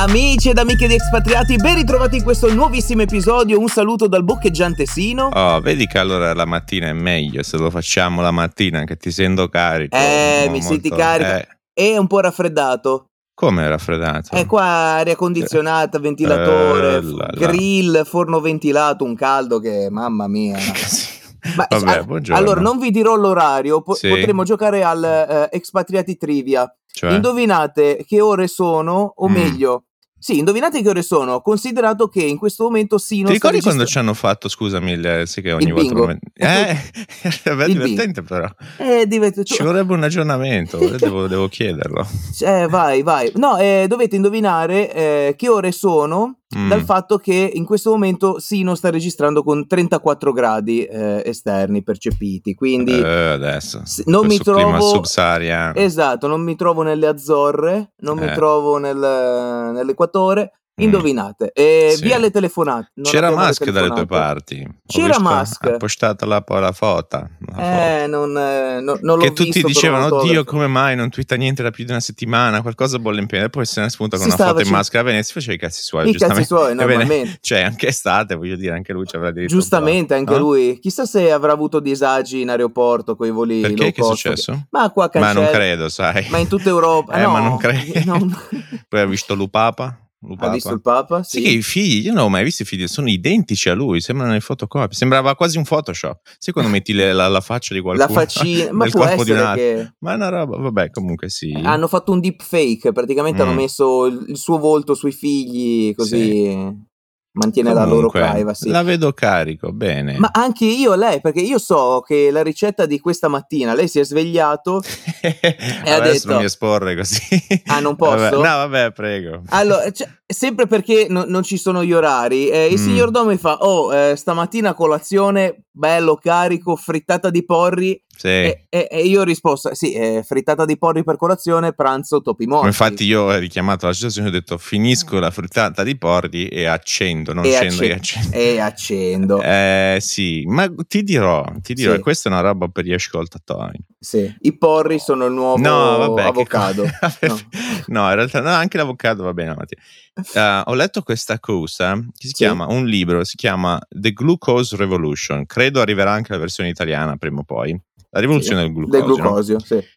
Amici ed amiche di Expatriati, ben ritrovati in questo nuovissimo episodio. Un saluto dal boccheggiante Sino. Oh, vedi che allora la mattina è meglio se lo facciamo la mattina, che ti sento carico. Mi senti carico? E un po' raffreddato. Come è raffreddato? Qua aria condizionata, ventilatore, grill, forno ventilato, un caldo che, mamma mia. Ma, vabbè, buongiorno. Allora, non vi dirò l'orario, Sì. potremo giocare al Expatriati Trivia. Cioè? Indovinate che ore sono, o meglio, sì, indovinate che ore sono, considerato che in questo momento Sino ti ricordi quando ci hanno fatto, scusami, sì, che ogni il volta bingo. È divertente però. Ci vorrebbe un aggiornamento, devo chiederlo. Vai. No, dovete indovinare che ore sono dal fatto che in questo momento Sino sta registrando con 34 gradi esterni percepiti, quindi adesso non mi trovo clima subsahariano. Esatto, non mi trovo nelle Azzorre, non mi trovo nell'Equatore. Indovinate, sì. Via le telefonate. C'era Musk dalle tue parti. C'era Musk. Ha postato la foto. Non l'ho che visto. Tutti dicevano, oddio, come mai non twitta niente da più di una settimana, qualcosa bolle in piena. E poi se ne spunta con una foto in Musk a Venezia, faceva i cazzi suoi. I cazzi suoi, normalmente. Cioè, anche estate, voglio dire, anche lui ci avrà diritto. Giustamente, anche lui. Chissà se avrà avuto disagi in aeroporto con i voli low cost. Che è successo? Ma qua Ma non credo, sai. Ma in tutta Europa. No, ma non credo. Poi ha visto Lupapa. Ha visto il Papa? Sì, che i figli, io non ho mai visto i figli, sono identici a lui, sembrano le fotocopie, sembrava quasi un Photoshop. Sai quando metti la faccia di qualcuno? La faccina, ma nel può corpo di essere un altro. che... Ma è una roba, vabbè, comunque sì. Hanno fatto un deepfake, praticamente hanno messo il suo volto sui figli, così mantiene la loro privacy. La vedo carico, bene. Ma anche io lei, perché io so che la ricetta di questa mattina, lei si è svegliato e ha detto... non mi esporre così. Non posso? Vabbè. No, vabbè, prego. Allora, sempre perché non ci sono gli orari, il signor Dom mi fa, stamattina colazione, bello carico, frittata di porri. Sì. E io ho risposto, sì, frittata di porri per colazione, pranzo topi morti. Infatti io ho richiamato la situazione e ho detto finisco la frittata di porri e accendo, non scendo e accendo. E accendo. Sì, ma ti dirò, sì. Questa è una roba per gli ascoltatori. Sì, i porri sono il nuovo avocado. No, in realtà no, anche l'avocado va bene. Ho letto questa cosa che si chiama, un libro, si chiama The Glucose Revolution, credo arriverà anche la versione italiana prima o poi. La rivoluzione del glucosio. No? Sì.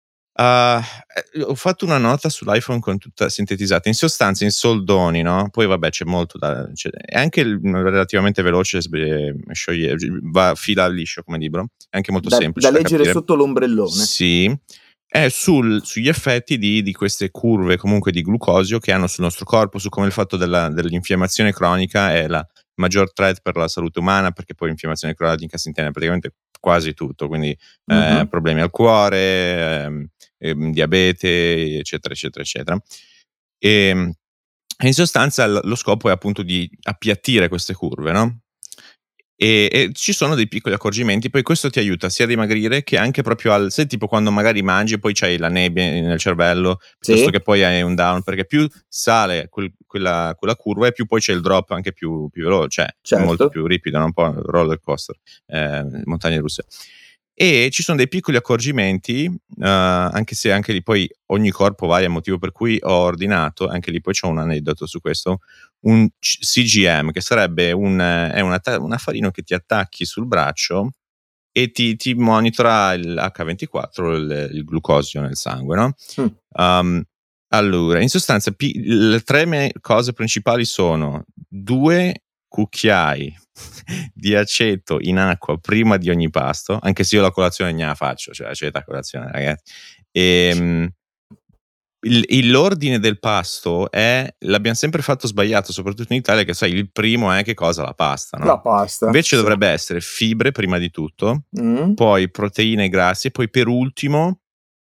Ho fatto una nota sull'iPhone con tutta sintetizzata. In sostanza, in soldoni, no? Poi vabbè, c'è molto è anche relativamente veloce, va fila liscio come libro. È anche molto semplice da leggere capire. Sotto l'ombrellone. Sì. È sugli effetti di queste curve comunque di glucosio che hanno sul nostro corpo, su come il fatto dell'infiammazione cronica è la maggior threat per la salute umana, perché poi l'infiammazione cronica si intende praticamente quasi tutto, quindi problemi al cuore, diabete, eccetera, eccetera, eccetera. E in sostanza lo scopo è appunto di appiattire queste curve, no? E ci sono dei piccoli accorgimenti, poi questo ti aiuta sia a dimagrire che anche proprio sai tipo quando magari mangi e poi c'hai la nebbia nel cervello, piuttosto che poi hai un down, perché più sale quella curva e più poi c'è il drop anche più veloce, cioè molto più ripido, un po' roller coaster, montagne russe. E ci sono dei piccoli accorgimenti, anche se anche lì poi ogni corpo varia, motivo per cui ho ordinato, anche lì poi c'ho un aneddoto su questo, un CGM, che sarebbe un affarino che ti attacchi sul braccio e ti monitora il H24, il glucosio nel sangue, no? Allora, in sostanza, le tre cose principali sono 2 cucchiai di aceto in acqua prima di ogni pasto, anche se io la colazione ne la faccio, cioè aceto a colazione, ragazzi. L'ordine del pasto l'abbiamo sempre fatto sbagliato, soprattutto in Italia, che sai, il primo è che cosa? La pasta, no? La pasta. Invece dovrebbe essere fibre prima di tutto, poi proteine e grassi, e poi per ultimo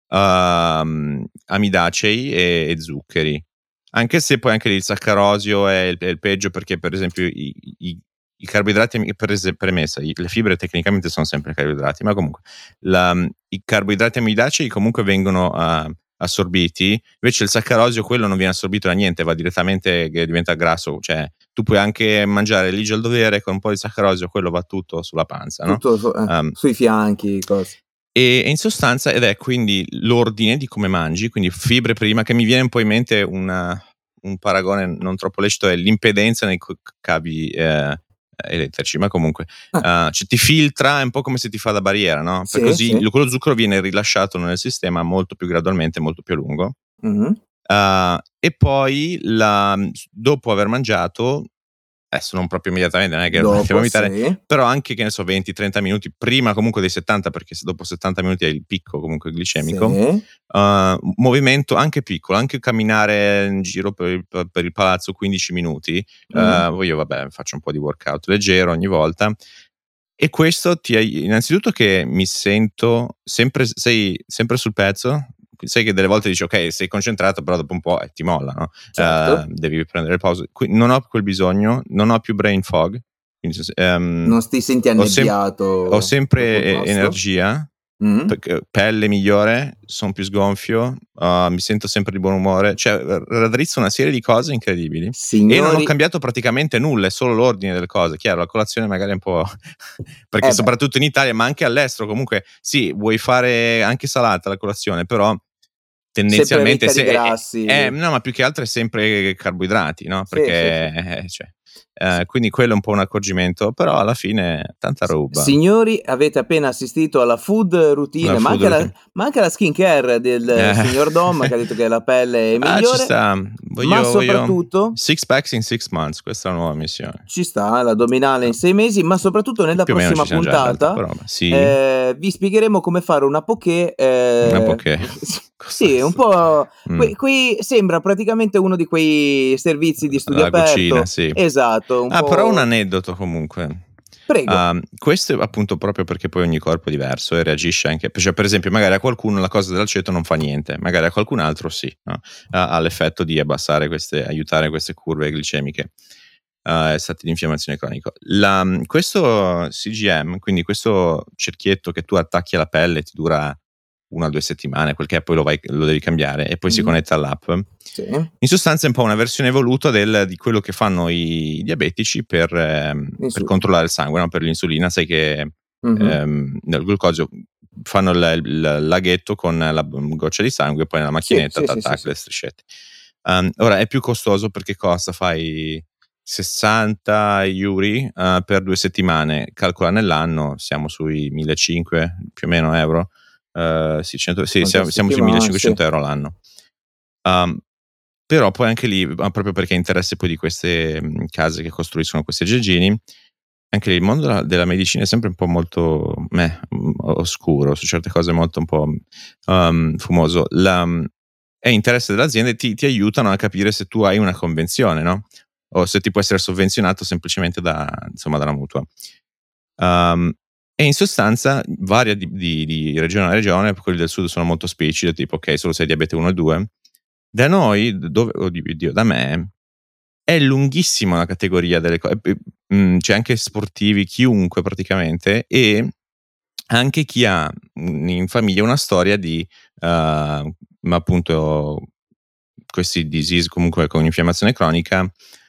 amidacei e zuccheri. Anche se poi anche lì il saccarosio è il peggio, perché per esempio i carboidrati, premessa, le fibre tecnicamente sono sempre carboidrati, ma comunque i carboidrati amidacei comunque vengono assorbiti, invece il saccarosio quello non viene assorbito da niente, va direttamente, che diventa grasso, cioè tu puoi anche mangiare ligia al dovere con un po' di saccarosio, quello va tutto sulla panza, no? Tutto sui fianchi, cose. E in sostanza, ed è quindi l'ordine di come mangi, quindi fibre prima, che mi viene un po' in mente un paragone non troppo lecito, è l'impedenza nei cavi elettrici, ma comunque cioè ti filtra, è un po' come se ti fa da barriera, no? Sì, Per così sì. quello zucchero viene rilasciato nel sistema molto più gradualmente, molto più a lungo. E poi dopo aver mangiato, adesso non proprio immediatamente, non è che Dopo, dobbiamo evitare, sì. però anche, che ne so, 20-30 minuti prima comunque dei 70, perché se dopo 70 minuti hai il picco comunque glicemico, Sì. movimento anche piccolo, anche camminare in giro per il palazzo 15 minuti, io vabbè faccio un po' di workout leggero ogni volta, e questo innanzitutto che mi sento sempre, sei sempre sul pezzo, sai che delle volte dici ok, sei concentrato, però dopo un po' ti molla, no? Certo. Devi prendere le pause. Non ho quel bisogno, non ho più brain fog, quindi, Non ti senti annebbiato ho al tuo sempre posto? energia, pelle migliore, sono più sgonfio, mi sento sempre di buon umore, cioè raddrizzo una serie di cose incredibili. E non ho cambiato praticamente nulla, è solo l'ordine delle cose. Chiaro, la colazione magari è un po' perché soprattutto in Italia, ma anche all'estero comunque sì, vuoi fare anche salata la colazione, però tendenzialmente sempre ricca di grassi. no, ma più che altro è sempre carboidrati, no? Sì, Perché quindi quello è un po' un accorgimento, però alla fine tanta roba. Signori, avete appena assistito alla food routine, ma anche alla skin care del signor Dom, che ha detto che la pelle è migliore. Ci sta. Ma soprattutto 6 packs in 6 months, questa è la nuova missione. Ci sta, l'addominale in 6 mesi, ma soprattutto nella prossima puntata vi spiegheremo come fare una poké. Una poké. Sì, un po'. Qui sembra praticamente uno di quei servizi di studio aperto. Cucina, sì. Esatto. Però un aneddoto comunque. Prego. Questo è appunto proprio perché poi ogni corpo è diverso e reagisce anche, cioè per esempio magari a qualcuno la cosa dell'aceto non fa niente, magari a qualcun altro sì, no? Ha l'effetto di aiutare queste curve glicemiche, stati di infiammazione cronica. Questo CGM, quindi questo cerchietto che tu attacchi alla pelle, ti dura 1 o 2 settimane, quel che è, poi lo devi cambiare e poi si connetta all'app. Sì. In sostanza è un po' una versione evoluta di quello che fanno i diabetici per controllare il sangue, no? Per l'insulina. Sai che nel glucosio fanno il laghetto con la goccia di sangue e poi nella macchinetta le striscette. Ora è più costoso perché fai 60 euro per 2 settimane, calcola nell'anno siamo sui 1.500 più o meno euro. Siamo sui 1.500 euro all'anno. Però poi anche lì, proprio perché è interesse poi di queste case che costruiscono questi aggeggini, anche lì il mondo della medicina è sempre un po' molto oscuro, su certe cose molto un po' fumoso. È interesse delle aziende, ti aiutano a capire se tu hai una convenzione, no? O se ti può essere sovvenzionato semplicemente dalla mutua. E in sostanza varia di regione a regione, quelli del sud sono molto specifici, tipo ok, solo se hai diabete 1 e 2. Da noi, da me, è lunghissima la categoria delle cose, c'è anche sportivi, chiunque praticamente, e anche chi ha in famiglia una storia di appunto questi disease comunque con infiammazione cronica,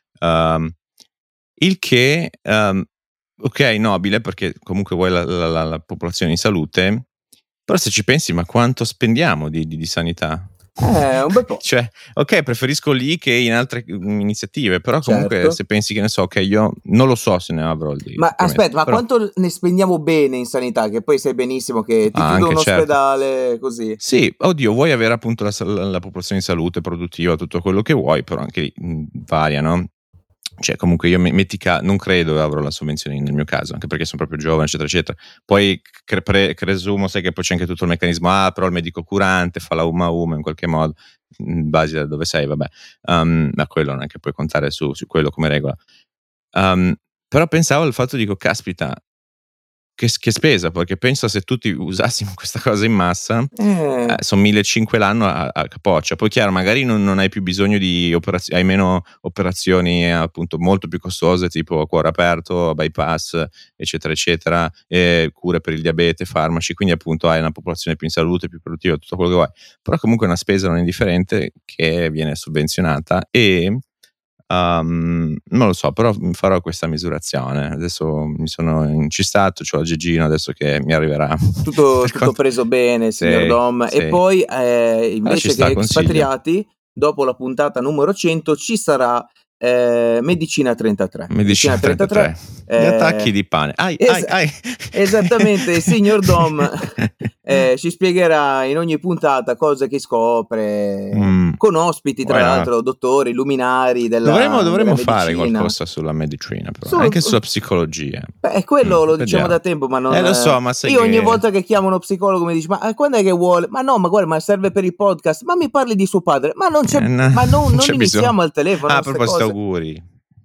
il che ok, nobile, perché comunque vuoi la popolazione in salute, però se ci pensi, ma quanto spendiamo di sanità? Un bel po'. Cioè, ok, preferisco lì che in altre iniziative, però comunque se pensi che ne so, ok, io non lo so se ne avrò lì. Ma aspetta, ma quanto ne spendiamo bene in sanità? Che poi sai benissimo che ti chiudo un ospedale così. Sì, oddio, vuoi avere appunto la popolazione in salute produttiva, tutto quello che vuoi, però anche lì varia, no? Cioè comunque io non credo avrò la sovvenzione nel mio caso, anche perché sono proprio giovane, eccetera eccetera. Poi presumo, sai che poi c'è anche tutto il meccanismo, però il medico curante fa la UMA in qualche modo, in base da dove sei, vabbè, ma quello non è che puoi contare su quello come regola. Però pensavo al fatto, dico, caspita, che spesa, perché penso se tutti usassimo questa cosa in massa, sono 1.500 l'anno a capoccia. Poi chiaro, magari non hai più bisogno di operazioni, hai meno operazioni appunto molto più costose, tipo cuore aperto, bypass, eccetera eccetera, cure per il diabete, farmaci, quindi appunto hai una popolazione più in salute, più produttiva, tutto quello che vuoi. Però comunque è una spesa non indifferente che viene sovvenzionata e non lo so, però farò questa misurazione. Adesso mi sono incistato, c'ho l'aggeggino adesso che mi arriverà. Tutto preso bene, signor Dom. Sì. E poi invece che espatriati, dopo la puntata numero 100 ci sarà Medicina 33. Medicina 33. Gli attacchi di pane. Esattamente, il signor Dom ci spiegherà in ogni puntata cose che scopre, con ospiti tra l'altro, dottori, luminari della dovremmo della fare medicina. qualcosa sulla medicina, però. Anche sulla psicologia. Quello lo diciamo da tempo, ma non lo so, ma sai io ogni volta che chiamo uno psicologo mi dice: ma quando è che vuole? Ma no, ma guarda, ma serve per il podcast, ma mi parli di suo padre, ma non c'è, ma non c'è iniziamo al telefono. A proposito, auguri.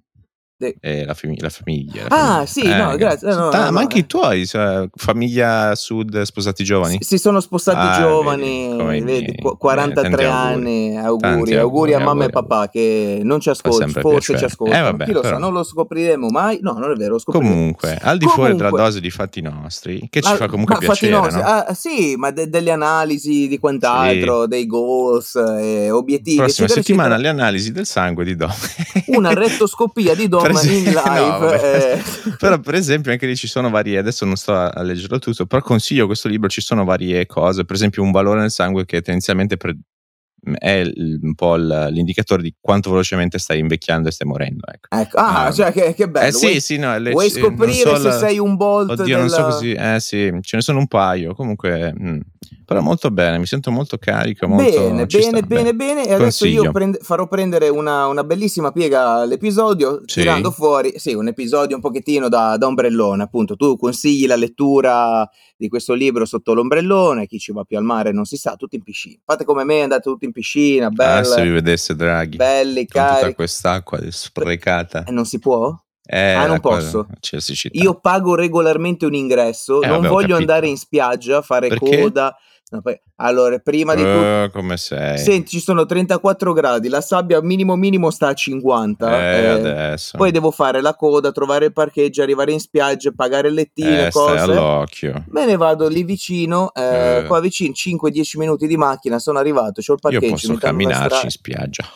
La famiglia. Sì, no, grazie. Ma anche i tuoi, famiglia Sud, sposati giovani? Si sono sposati giovani, vedi, 43 anni. Auguri a mamma e papà che non ci ascoltano, forse ci ascoltano. Chi lo sa, non lo scopriremo mai. No, non è vero, lo scopriremo. Comunque, al di fuori della dose di fatti nostri, che ci fa comunque piacere, no? Sì, ma delle analisi di quant'altro, dei goals, obiettivi. Prossima settimana le analisi del sangue di Dom. Una rettoscopia di Dom in live. Però per esempio anche lì ci sono varie, adesso non sto a leggerlo tutto, però consiglio questo libro, ci sono varie cose, per esempio un valore nel sangue che tendenzialmente è un po' l'indicatore di quanto velocemente stai invecchiando e stai morendo, ecco. Cioè che bello. Vuoi scoprire se sei un Bolt? Oddio, non so così. Sì, ce ne sono un paio. Comunque, però molto bene, mi sento molto carico. Bene. E adesso io farò prendere una bellissima piega all'episodio, tirando fuori un episodio un pochettino da ombrellone. Appunto, tu consigli la lettura di questo libro sotto l'ombrellone, chi ci va più al mare non si sa, tutti in piscina. Fate come me, andate tutti in piscina, se vi vedesse Draghi, belli, con tutta quest'acqua sprecata. Non si può? Non posso. C'è siccità. Io pago regolarmente un ingresso, non voglio andare in spiaggia a fare coda. Allora, prima di tutto, come sei? Senti, ci sono 34 gradi, la sabbia minimo sta a 50. Adesso. Poi devo fare la coda, trovare il parcheggio, arrivare in spiaggia, pagare il lettino, cose. Stai all'occhio. Me ne vado lì vicino, qua vicino, 5-10 minuti di macchina, sono arrivato, c'ho il parcheggio. Io posso camminarci in spiaggia.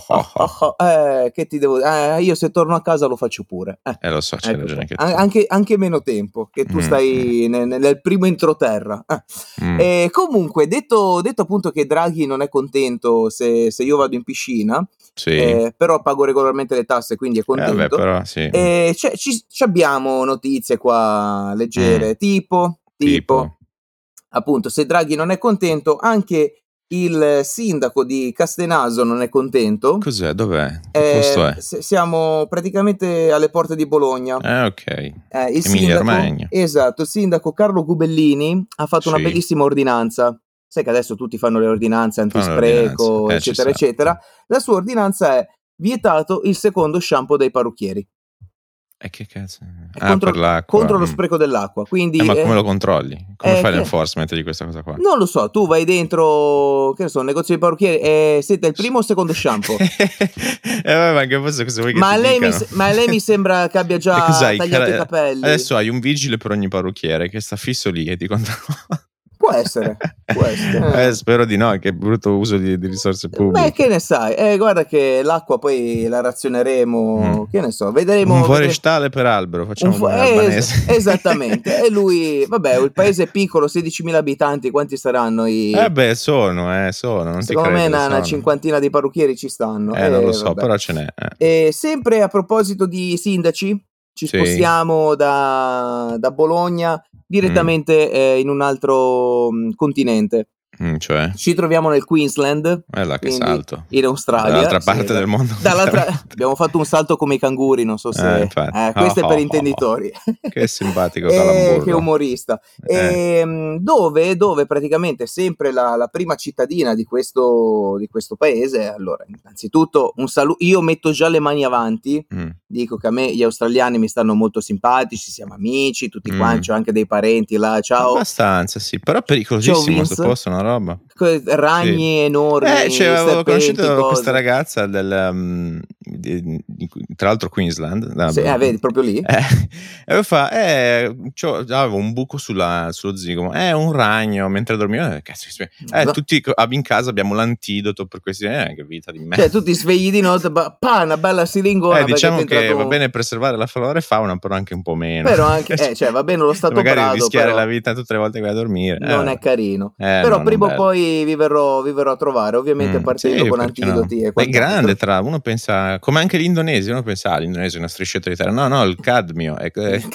Che ti devo io se torno a casa lo faccio pure. Lo so, c'hai ragione anche tu. Anche meno tempo, che tu stai nel primo entroterra. Comunque, detto appunto che Draghi non è contento se io vado in piscina, però pago regolarmente le tasse, quindi è contento. Però, sì. Ci abbiamo notizie qua leggere, tipo appunto, se Draghi non è contento, anche il sindaco di Castenaso non è contento. Cos'è? Dov'è? Che posto è? Siamo praticamente alle porte di Bologna. Ok. Il sindaco Carlo Gubellini ha fatto una bellissima ordinanza. Sai che adesso tutti fanno le ordinanze antispreco, eccetera, eccetera. La sua ordinanza è: vietato il secondo shampoo dei parrucchieri. E che cazzo? Contro, per l'acqua. Contro lo spreco dell'acqua. Quindi, ma come lo controlli? Come fai l'enforcement di questa cosa qua? Non lo so, tu vai dentro, che ne so, un negozio di parrucchieri, siete il primo o secondo shampoo? Ma anche forse cosa vuoi che ma lei mi sembra che abbia già tagliato i capelli. Adesso hai un vigile per ogni parrucchiere che sta fisso lì e ti controlla. Può essere. Spero di no, che brutto uso di risorse pubbliche. Che ne sai, guarda che l'acqua poi la razioneremo, che ne so, vedremo. Un forestale per albero, facciamo un albanese. Esattamente, e lui, vabbè, il paese è piccolo, 16.000 abitanti, quanti saranno sono, non secondo ti credo, me una cinquantina di parrucchieri ci stanno. Non lo so, però ce n'è. E sempre a proposito di sindaci, ci spostiamo da Bologna direttamente in un altro continente. Cioè? Ci troviamo nel Queensland, che salto. In Australia. Dall'altra parte del mondo. Abbiamo fatto un salto come i canguri, non so se... questo è per intenditori. Che simpatico calamburro. Che umorista. Dove praticamente sempre la prima cittadina di questo paese. Allora, innanzitutto un saluto. Io metto già le mani avanti, dico che a me gli australiani mi stanno molto simpatici, siamo amici, tutti quanti, c'ho anche dei parenti là, ciao. Abbastanza, sì, però pericolosissimo questo posto, una roba. Ragni enormi. Avevo conosciuto questa ragazza tra l'altro Queensland, vedi, proprio lì. E fa, avevo un buco sullo zigomo, un ragno mentre dormivo, tutti in casa abbiamo l'antidoto per questi, che vita di merda. Cioè tu ti svegli di notte, una bella siringona. Diciamo che va bene preservare la flora e fauna, però anche un po' meno. Però anche, va bene lo stato magari brado, rischiare la vita tutte le volte che vai a dormire. Non è carino. Però prima o poi vi verrò a trovare, ovviamente partendo con antidoti e quant'altro. È grande, uno pensa, come anche l'Indonesia, uno pensa l'Indonesia è una striscetta di terra. No, il cadmio è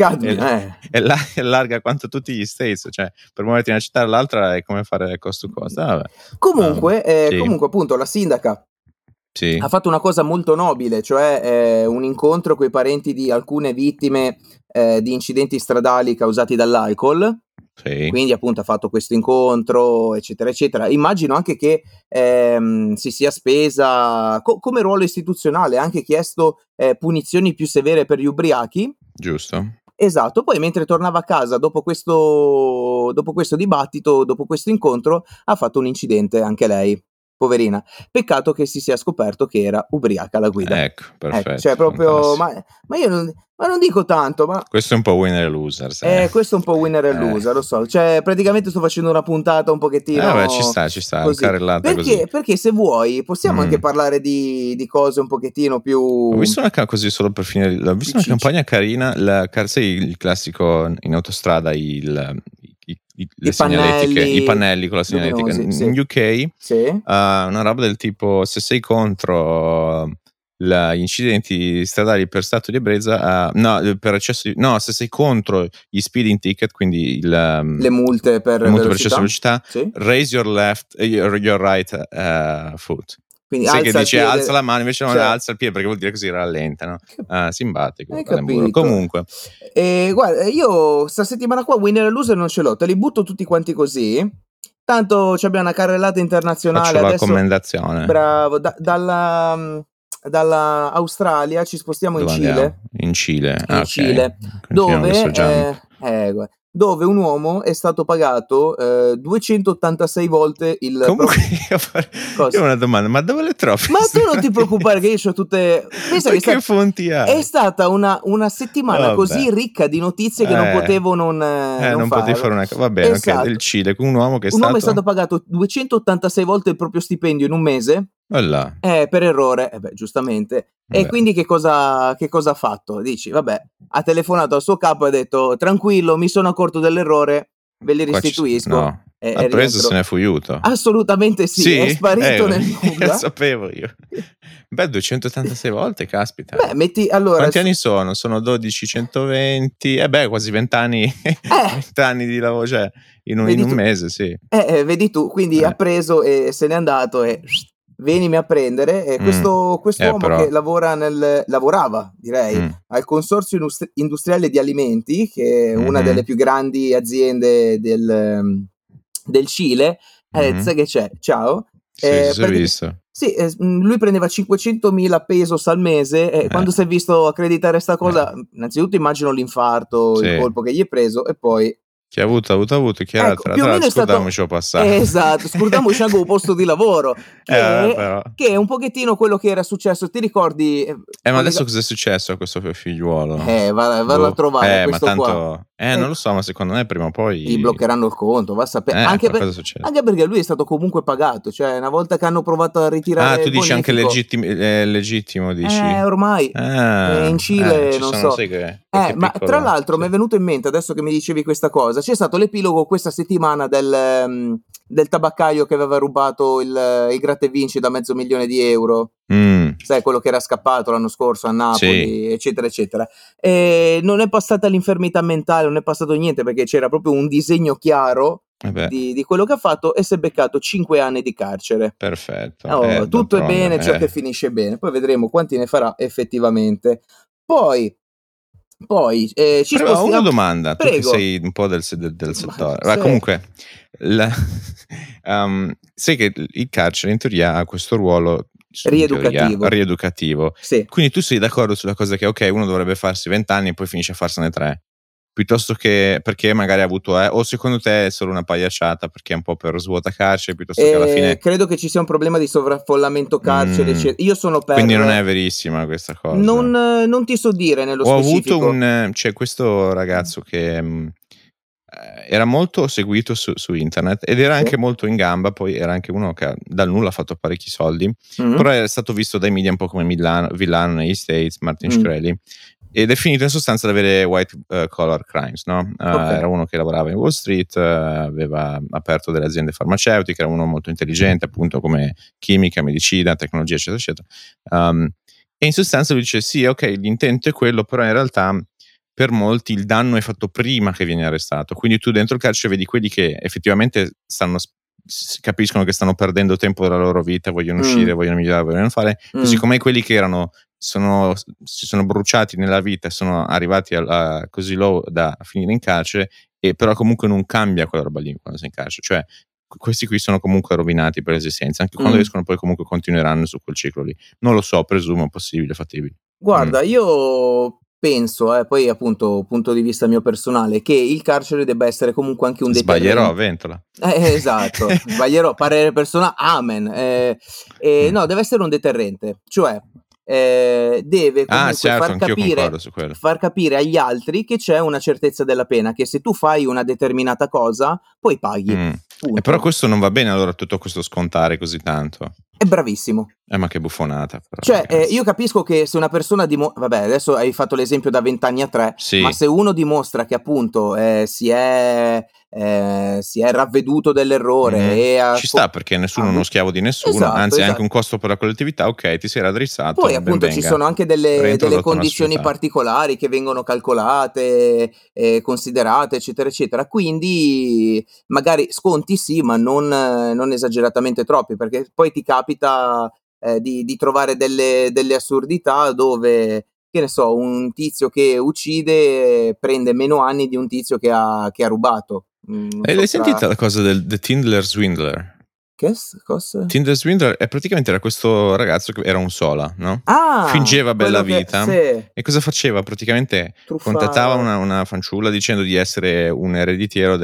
larga quanto tutti gli States, cioè per muoverti da una città all'altra è come fare costo. Comunque appunto la sindaca ha fatto una cosa molto nobile, cioè un incontro con i parenti di alcune vittime di incidenti stradali causati dall'alcol. Quindi appunto ha fatto questo incontro, eccetera eccetera. Immagino anche che si sia spesa come ruolo istituzionale, anche chiesto punizioni più severe per gli ubriachi. Giusto. Esatto. Poi mentre tornava a casa dopo questo dibattito, dopo questo incontro, ha fatto un incidente anche lei, poverina. Peccato che si sia scoperto che era ubriaca alla guida. Ecco, perfetto. Cioè proprio, ma io non dico tanto, ma questo è un po' winner e loser, questo è un po' winner e loser, lo so. Cioè praticamente sto facendo una puntata un pochettino ci sta carrellata così. Perché se vuoi possiamo anche parlare di cose un pochettino più. Ho visto così solo per finire, ho visto una campagna carina, sai il classico in autostrada, le segnaletiche, i pannelli con la segnaletica in UK, una roba del tipo: se sei contro gli incidenti stradali per stato di ebbrezza, se sei contro gli speeding ticket, quindi le multe per eccesso di velocità, raise your right foot. Quindi sai che dice alza la mano, invece non alza il piede, perché vuol dire così rallenta, no? Simpatico. Comunque guarda, io sta settimana qua winner e loser non ce l'ho, te li butto tutti quanti così, tanto abbiamo una carrellata internazionale. Faccio la raccomandazione. Bravo. Dalla Australia ci spostiamo in Cile. In Cile, dove un uomo è stato pagato 286 volte il. Comunque io ho una domanda, ma dove le trovi? Ma tu non ti preoccupare che io ho tutte. Pensa che fonti hai? È stata una settimana così ricca di notizie che non potevo non potevi fare una. Va bene, esatto. Del Cile, un uomo che è stato pagato 286 volte il proprio stipendio in un mese. Per errore, giustamente. E quindi che cosa ha fatto? Dici, ha telefonato al suo capo e ha detto: tranquillo, mi sono accorto dell'errore, ve li restituisco. Ha preso, se ne è fuiuto. Assolutamente sì, è sparito nel nulla. Lo sapevo io. 286 volte, caspita. Metti allora. Quanti anni sono? Sono 12, 120, quasi 20 anni. 20 anni di lavoro, cioè in un mese, sì. Vedi tu, quindi ha preso e se n'è andato e venimi a prendere. Questo uomo che lavorava, direi, al Consorzio Industriale di Alimenti, che è una delle più grandi aziende del Cile. Sai che c'è? Ciao. Si è visto. Sì, lui prendeva 500.000 pesos al mese. Quando si è visto accreditare sta cosa, innanzitutto immagino l'infarto, il colpo che gli è preso, e poi chi ha avuto, chi era scordiamoci passato. Esatto, scordiamoci anche un posto di lavoro che è un pochettino quello che era successo, ti ricordi? Ma adesso cosa è successo a questo figliuolo? Vado a trovare questo, ma tanto qua. Non lo so, ma secondo me prima o poi gli bloccheranno il conto, va a sapere. Anche perché lui è stato comunque pagato, cioè una volta che hanno provato a ritirare tu dici anche legittimo, dici? Ormai in Cile non so. Ma tra l'altro mi è venuto in mente, adesso che mi dicevi questa cosa, c'è stato l'epilogo questa settimana del tabaccaio che aveva rubato il gratta e vinci da €500.000. Sai, quello che era scappato l'anno scorso a Napoli, eccetera eccetera. Non è passata l'infermità mentale, non è passato niente, perché c'era proprio un disegno chiaro di quello che ha fatto, e si è beccato 5 anni di carcere. Perfetto. Tutto è bene ciò che finisce bene, poi vedremo quanti ne farà effettivamente. Poi ci spostiamo. Una domanda, tu che sei un po' del settore, comunque sai che il carcere in teoria ha questo ruolo rieducativo. Sì. Quindi tu sei d'accordo sulla cosa che uno dovrebbe farsi 20 anni e poi finisce a farsene 3? piuttosto che perché magari ha avuto o secondo te è solo una pagliacciata perché è un po' per svuota carcere, piuttosto che alla fine credo che ci sia un problema di sovraffollamento carcere, io sono per... Quindi non è verissima questa cosa. Non ti so dire nello specifico. Ho avuto c'è questo ragazzo che era molto seguito su internet ed era anche molto in gamba, poi era anche uno che dal nulla ha fatto parecchi soldi, però è stato visto dai media un po' come villano negli States, Martin Shkreli, ed è finito in sostanza ad avere white collar crimes, no? Era uno che lavorava in Wall Street, aveva aperto delle aziende farmaceutiche, era uno molto intelligente, appunto, come chimica, medicina, tecnologia, eccetera, eccetera. E in sostanza lui dice sì, ok, l'intento è quello, però in realtà per molti il danno è fatto prima che viene arrestato, quindi tu dentro il carcere vedi quelli che effettivamente capiscono che stanno perdendo tempo della loro vita, vogliono uscire, vogliono migliorare, vogliono fare, così come quelli che si sono bruciati nella vita e sono arrivati a così low da finire in carcere, e però comunque non cambia quella roba lì quando sei in carcere, cioè questi qui sono comunque rovinati per l'esistenza, anche quando escono poi comunque continueranno su quel ciclo lì. Non lo so, presumo possibile, fattibile. Guarda, io penso, poi appunto punto di vista mio personale, che il carcere debba essere comunque anche un deterrente. Sbaglierò, Ventola. Esatto, sbaglierò, parere personale, amen. No, deve essere un deterrente, cioè deve comunque far capire agli altri che c'è una certezza della pena, che se tu fai una determinata cosa, poi paghi. Però questo non va bene, allora, tutto questo scontare così tanto. È bravissimo. Ma che buffonata. Però, cioè, io capisco che se una persona vabbè, adesso hai fatto l'esempio da 20 anni a 3, ma se uno dimostra che appunto si è ravveduto dell'errore e ci sta, perché nessuno è uno schiavo di nessuno, anzi è anche un costo per la collettività, ok, ti sei raddrizzato. Poi appunto ci sono anche delle condizioni particolari che vengono calcolate, considerate, eccetera, eccetera, quindi magari sconti sì, ma non esageratamente troppi, perché poi ti capita di trovare delle assurdità dove, che ne so, un tizio che uccide prende meno anni di un tizio che ha rubato. Hai sentita la cosa del Tinder Swindler? Che cosa? Tinder Swindler era questo ragazzo che era un sola, no? Fingeva bella vita. E cosa faceva? Praticamente contattava una fanciulla dicendo di essere un ereditiero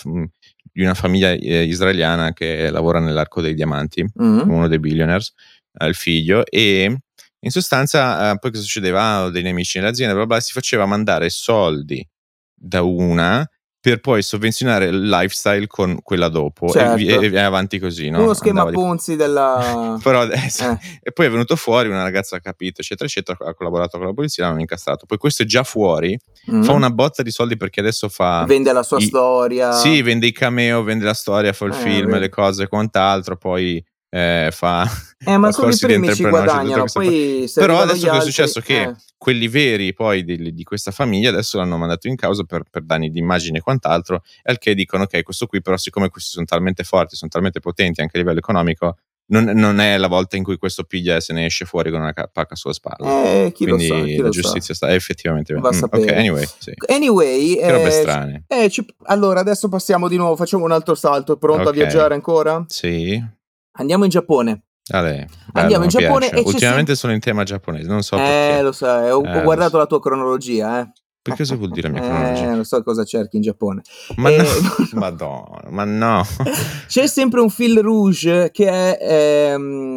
di una famiglia israeliana che lavora nell'Arco dei Diamanti, uno dei billionaires, il figlio, e in sostanza poi cosa succedeva? Dei nemici nell'azienda, bla bla, si faceva mandare soldi da una per poi sovvenzionare il lifestyle con quella dopo, e avanti così, no? Uno schema Ponzi della... Però adesso, e poi è venuto fuori, una ragazza ha capito, eccetera, eccetera, ha collaborato con la polizia, l'hanno incastrato. Poi questo è già fuori, fa una botta di soldi perché adesso vende la sua storia. Sì, vende i cameo, vende la storia, fa il film, le cose e quant'altro, poi fa ma solo i primi ci guadagnano, poi però adesso cosa è successo? Che quelli veri poi di questa famiglia adesso l'hanno mandato in causa per danni di immagine e quant'altro, al che dicono ok, questo qui però, siccome questi sono talmente forti, sono talmente potenti anche a livello economico, non è la volta in cui questo piglia e se ne esce fuori con una pacca sulla spalla. Quindi la giustizia sta effettivamente ok, anyway, che robe strane. Allora adesso passiamo di nuovo, facciamo un altro salto. Pronto a viaggiare ancora? Sì. Andiamo in Giappone. Andiamo in Giappone e ultimamente sono in tema giapponese, non so perché. Lo sai, ho guardato la tua cronologia, Che cosa vuol dire la mia cronologia? Non so cosa cerchi in Giappone. Ma no, Madonna, ma no. C'è sempre un fil rouge che è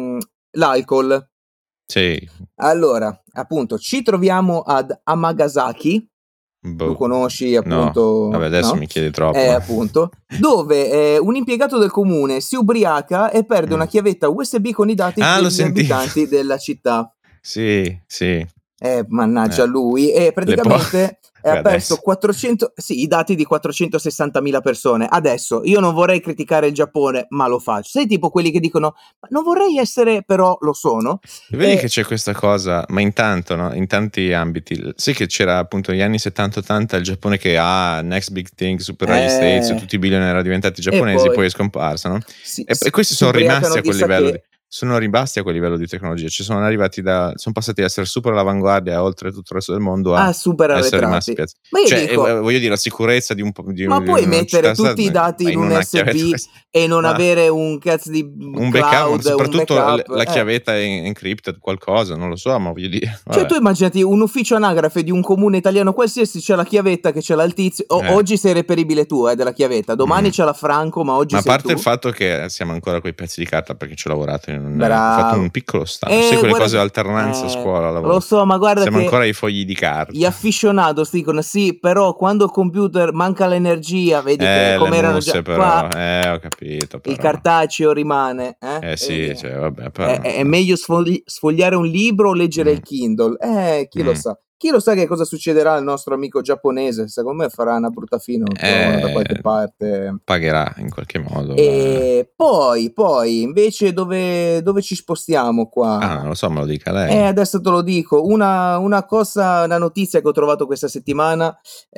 l'alcol. Sì. Allora, appunto, ci troviamo ad Amagasaki. Tu conosci appunto? No. Vabbè, adesso mi chiedi troppo. Appunto, dove un impiegato del comune si ubriaca e perde una chiavetta USB con i dati degli abitanti della città. Sì. Mannaggia lui, e praticamente ha perso 400, i dati di 460.000 persone. Adesso io non vorrei criticare il Giappone, ma lo faccio. Sei tipo quelli che dicono non vorrei essere, però lo sono. Vedi che c'è questa cosa, ma intanto, no? In tanti ambiti. Sai che c'era appunto negli anni 70-80 il Giappone che next big thing, supererà gli States, tutti i billionaire diventati giapponesi, poi è scomparsa, no? E questi sono rimasti a quel livello sono rimasti a quel livello di tecnologia, cioè sono passati da essere super all'avanguardia oltre tutto il resto del mondo a super essere rimasti arretrati. piazzi. Ma io Cioè, dico, voglio dire, la sicurezza di ma puoi mettere tutti i dati in un una USB chiavetta, e non avere un cazzo di un cloud, backup, soprattutto un backup, la chiavetta encrypted, qualcosa, non lo so, ma voglio dire, cioè tu immaginati un ufficio anagrafe di un comune italiano qualsiasi, c'è la chiavetta che c'è il tizio, oggi sei reperibile tu della chiavetta, domani c'è la Franco, ma oggi ma a sei parte tu. il fatto che siamo ancora coi pezzi di carta, perché ci ho lavorato ho fatto un piccolo stage, sai quelle cose alternanza a scuola, lavoro. Lo so, ma guarda, siamo che ancora ai fogli di carta. Gli aficionados dicono sì, però quando il computer manca l'energia, vedi che come erano già però, qua, ho capito, però. Il cartaceo rimane, sì, cioè, vabbè, però, è meglio sfogliare un libro o leggere il Kindle, chi lo sa. Chi lo sa che cosa succederà al nostro amico giapponese? Secondo me farà una brutta fine, lo trovano da qualche parte. Pagherà in qualche modo. E poi invece dove ci spostiamo qua? Non lo so, me lo dica lei. Adesso te lo dico, una notizia che ho trovato questa settimana,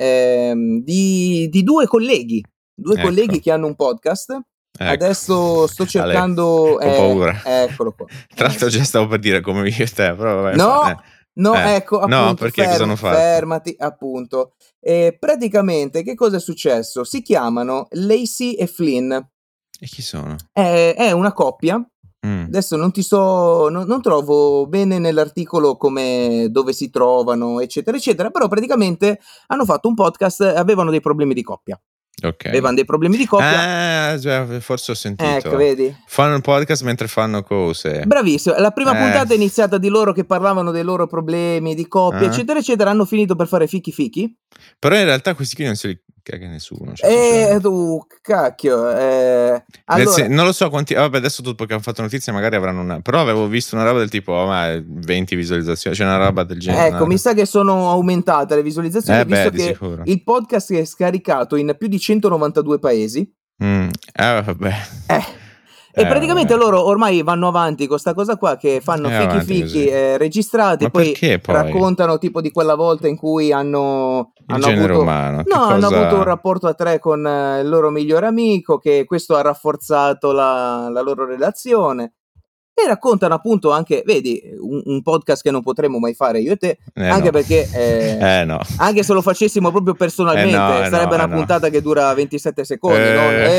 di due colleghi colleghi che hanno un podcast. Ecco. Adesso sto cercando, ho paura. Eccolo qua. Tra l'altro già stavo per dire come io e te, però vabbè. No, ecco, appunto, no, perché cosa hanno fatto? Fermati, appunto. Praticamente che cosa è successo? Si chiamano Lacey e Flynn. E chi sono? È una coppia. Adesso non trovo bene nell'articolo dove si trovano, eccetera, eccetera, però praticamente hanno fatto un podcast, avevano dei problemi di coppia. Ok. Avevano dei problemi di coppia. Forse ho sentito. Ecco, vedi? Fanno un podcast mentre fanno cose. Bravissimo. La prima puntata è iniziata di loro che parlavano dei loro problemi di coppia, eccetera, eccetera. Hanno finito per fare fichi. Però in realtà questi qui non se li caga nessuno. Tu, cacchio. Allora, non lo so quanti. Vabbè, adesso dopo che hanno fatto notizia magari avranno una. Però avevo visto una roba del tipo 20 visualizzazioni, cioè una roba del genere. Ecco, mi sa che sono aumentate le visualizzazioni, visto che sicuro. Il podcast è scaricato in più di 192 paesi. Vabbè. E praticamente loro ormai vanno avanti con sta cosa qua, che fanno fichi registrati. Ma poi poi raccontano tipo di quella volta in cui hanno genere umano. hanno avuto un rapporto a tre con il loro migliore amico, che questo ha rafforzato la loro relazione. E raccontano appunto anche, vedi, un podcast che non potremmo mai fare io e te, anche perché no. anche se lo facessimo proprio personalmente, sarebbe una puntata che dura 27 secondi,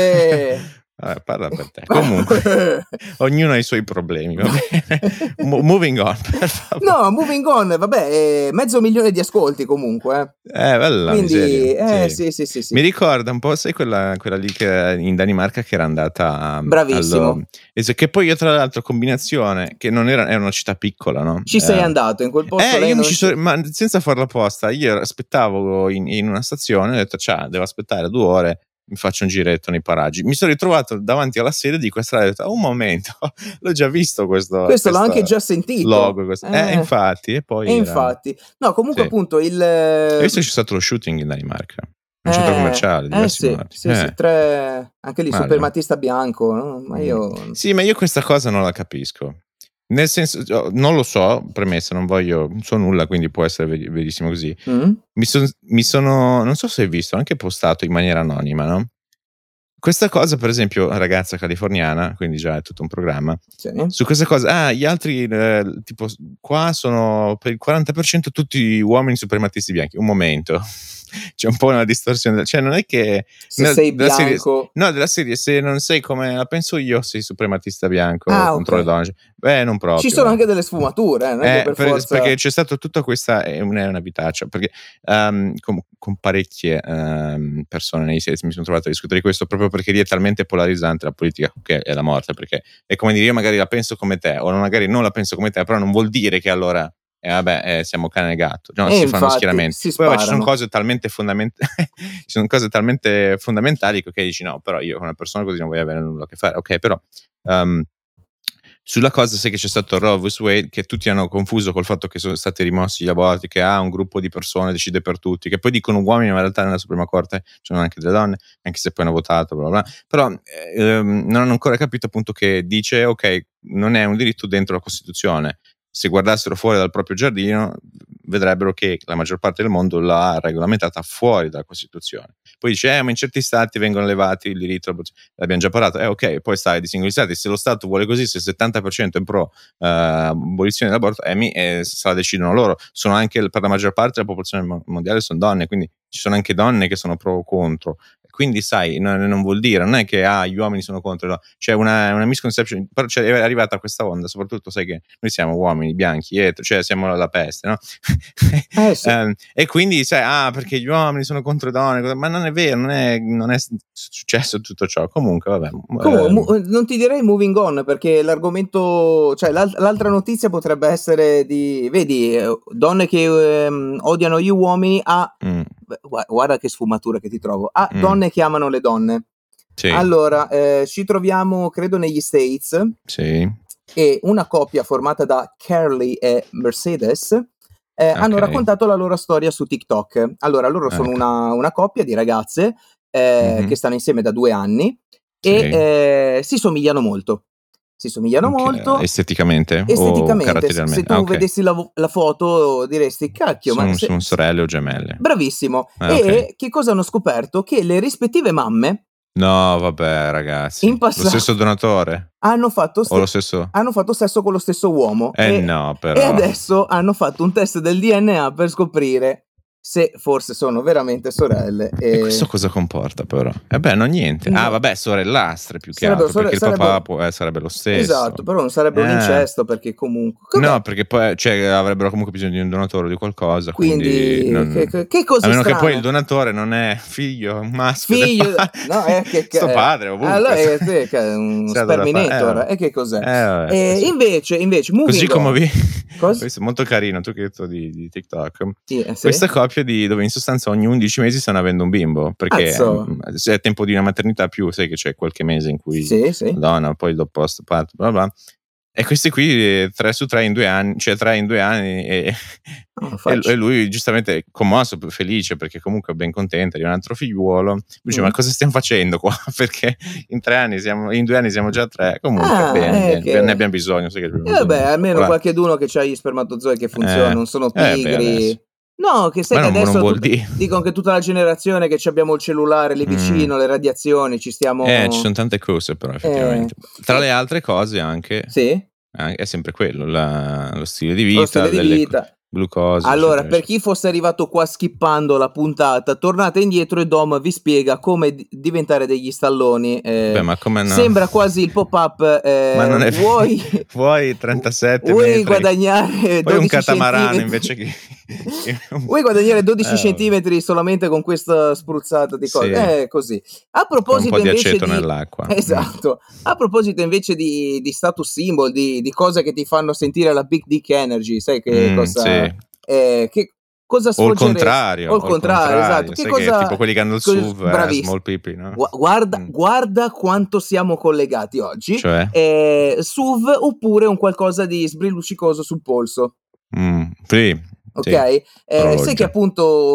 parla per te. Comunque, ognuno ha i suoi problemi, va bene. Moving on, per favore. No, moving on, vabbè, 500.000 di ascolti comunque. Bella. Quindi, sì. Sì. Mi ricorda un po', sai, quella lì che in Danimarca che era andata. Bravissimo. Che poi io, tra l'altro, combinazione, che non era una città piccola, no? Ci sei andato in quel posto? Ma senza farla apposta, io aspettavo in una stazione, ho detto, devo aspettare 2 ore. Mi faccio un giretto nei paraggi. Mi sono ritrovato davanti alla sede di questa radio e ho detto, un momento, l'ho già visto questo l'ho anche già sentito. Logo, infatti. E poi infatti. No, comunque appunto Hai visto che c'è stato lo shooting in Danimarca? Un centro commerciale, sì, 3, anche lì suprematista bianco, no? Ma io Sì, ma io questa cosa non la capisco. Nel senso, non lo so, premessa, non so nulla, quindi può essere verissimo così. Mi sono, non so se hai visto, anche postato in maniera anonima, no? Questa cosa, per esempio, ragazza californiana, quindi già è tutto un programma. Sì. Su questa cosa, gli altri, tipo, qua sono per il 40% tutti uomini suprematisti bianchi. Un momento. C'è un po' una distorsione, cioè non è che se sei bianco, della serie, se non sei come la penso io, sei suprematista bianco contro le donne, non proprio. Ci sono anche delle sfumature, non è che per forza, perché c'è stata tutta questa, è una vitaccia, perché con parecchie persone nei siti mi sono trovato a discutere di questo, proprio perché lì è talmente polarizzante la politica che è la morte, perché è come dire, io magari la penso come te o magari non la penso come te, però non vuol dire che allora siamo cane e gatto, no, si fanno schieramenti. Poi ci sono cose talmente fondamentali che dici no, però io con una persona così non voglio avere nulla a che fare. Ok, però sulla cosa sai che c'è stato Roe vs Wade, che tutti hanno confuso col fatto che sono stati rimossi gli aborti, che un gruppo di persone decide per tutti, che poi dicono uomini, ma in realtà nella Suprema Corte ci sono anche delle donne, anche se poi hanno votato, bla bla. Però non hanno ancora capito appunto che dice ok, non è un diritto dentro la Costituzione. Se guardassero fuori dal proprio giardino vedrebbero che la maggior parte del mondo l'ha regolamentata fuori dalla Costituzione. Poi dice, ma in certi stati vengono levati il diritto, l'abbiamo già parlato, ok, poi stai di singoli stati, se lo Stato vuole così, se il 70% è pro abolizione dell'aborto, se la decidono loro. Sono anche, per la maggior parte della popolazione mondiale sono donne, quindi ci sono anche donne che sono pro o contro. Quindi sai, non vuol dire, non è che gli uomini sono contro, no. C'è una misconception, però è arrivata questa onda, soprattutto sai che noi siamo uomini bianchi, cioè siamo la peste, no? Sì. E quindi sai, perché gli uomini sono contro le donne, ma non è vero, non è successo tutto ciò. Comunque vabbè. Non ti direi moving on, perché l'argomento, cioè l'altra notizia potrebbe essere vedi, donne che odiano gli uomini guarda che sfumatura che ti trovo, donne che amano le donne. Sì. Allora, ci troviamo credo negli States. Sì. E una coppia formata da Carly e Mercedes hanno raccontato la loro storia su TikTok. Allora, loro sono una coppia di ragazze che stanno insieme da 2 anni e si somigliano molto. Molto esteticamente o caratterialmente. Se tu vedessi la foto diresti cacchio, sono sorelle o gemelle. Bravissimo. E che cosa hanno scoperto? Che le rispettive mamme, no vabbè ragazzi, in passato, lo stesso donatore hanno fatto sesso con lo stesso uomo no, però. E adesso hanno fatto un test del DNA per scoprire se forse sono veramente sorelle. E questo cosa comporta però? Non niente. No. Vabbè, sorellastre più che altro, perché il papà sarebbe lo stesso. Esatto, però non sarebbe un incesto, perché comunque... No, perché poi avrebbero comunque bisogno di un donatore o di qualcosa. Quindi che cosa a meno che poi il donatore non è figlio, un maschio. No, è che sto padre ovunque. Allora è un sperminator. E che cos'è? Vabbè, invece così come questo è molto carino, tu che hai detto di TikTok. Sì. Questa coppia dove in sostanza ogni 11 mesi stanno avendo un bimbo, perché se è tempo di una maternità più, sai che c'è qualche mese in cui la donna, poi dopo post parto, bla bla. E questi qui 3 su 3 in 2 anni, cioè 3 in 2 anni e lui giustamente commosso, felice, perché comunque è ben contento di un altro figliuolo. Dice, ma cosa stiamo facendo qua? Perché in 2 anni siamo già 3. Comunque bene, ne abbiamo bisogno. Sai che vabbè, almeno qualcheduno che c'ha gli spermatozoi che funzionano, non sono pigri. No, che sai che adesso dicono che tutta la generazione che abbiamo il cellulare lì vicino, le radiazioni, ci stiamo... ci sono tante cose però effettivamente. Tra le altre cose anche... Sì? È sempre quello, lo stile di vita, glucosio. Allora, per chi fosse arrivato qua skippando la puntata, tornate indietro e Dom vi spiega come diventare degli stalloni. Ma come no? Sembra quasi il pop-up. Ma non è vuoi 37 vuoi metri? Guadagnare 12 un catamarano invece che vuoi guadagnare 12 centimetri solamente con questa spruzzata di cose? Così. A proposito un po' invece di aceto nell'acqua. Esatto. A proposito invece di status symbol, di cose che ti fanno sentire la big dick energy, sai che cosa... che cosa sfoggeresti? O il contrario, esatto. Che cosa... tipo quelli che hanno il SUV, small pipi, no? Guarda quanto siamo collegati oggi. Cioè? SUV oppure un qualcosa di sbrilluccicoso sul polso. Sì. Ok? Sai che appunto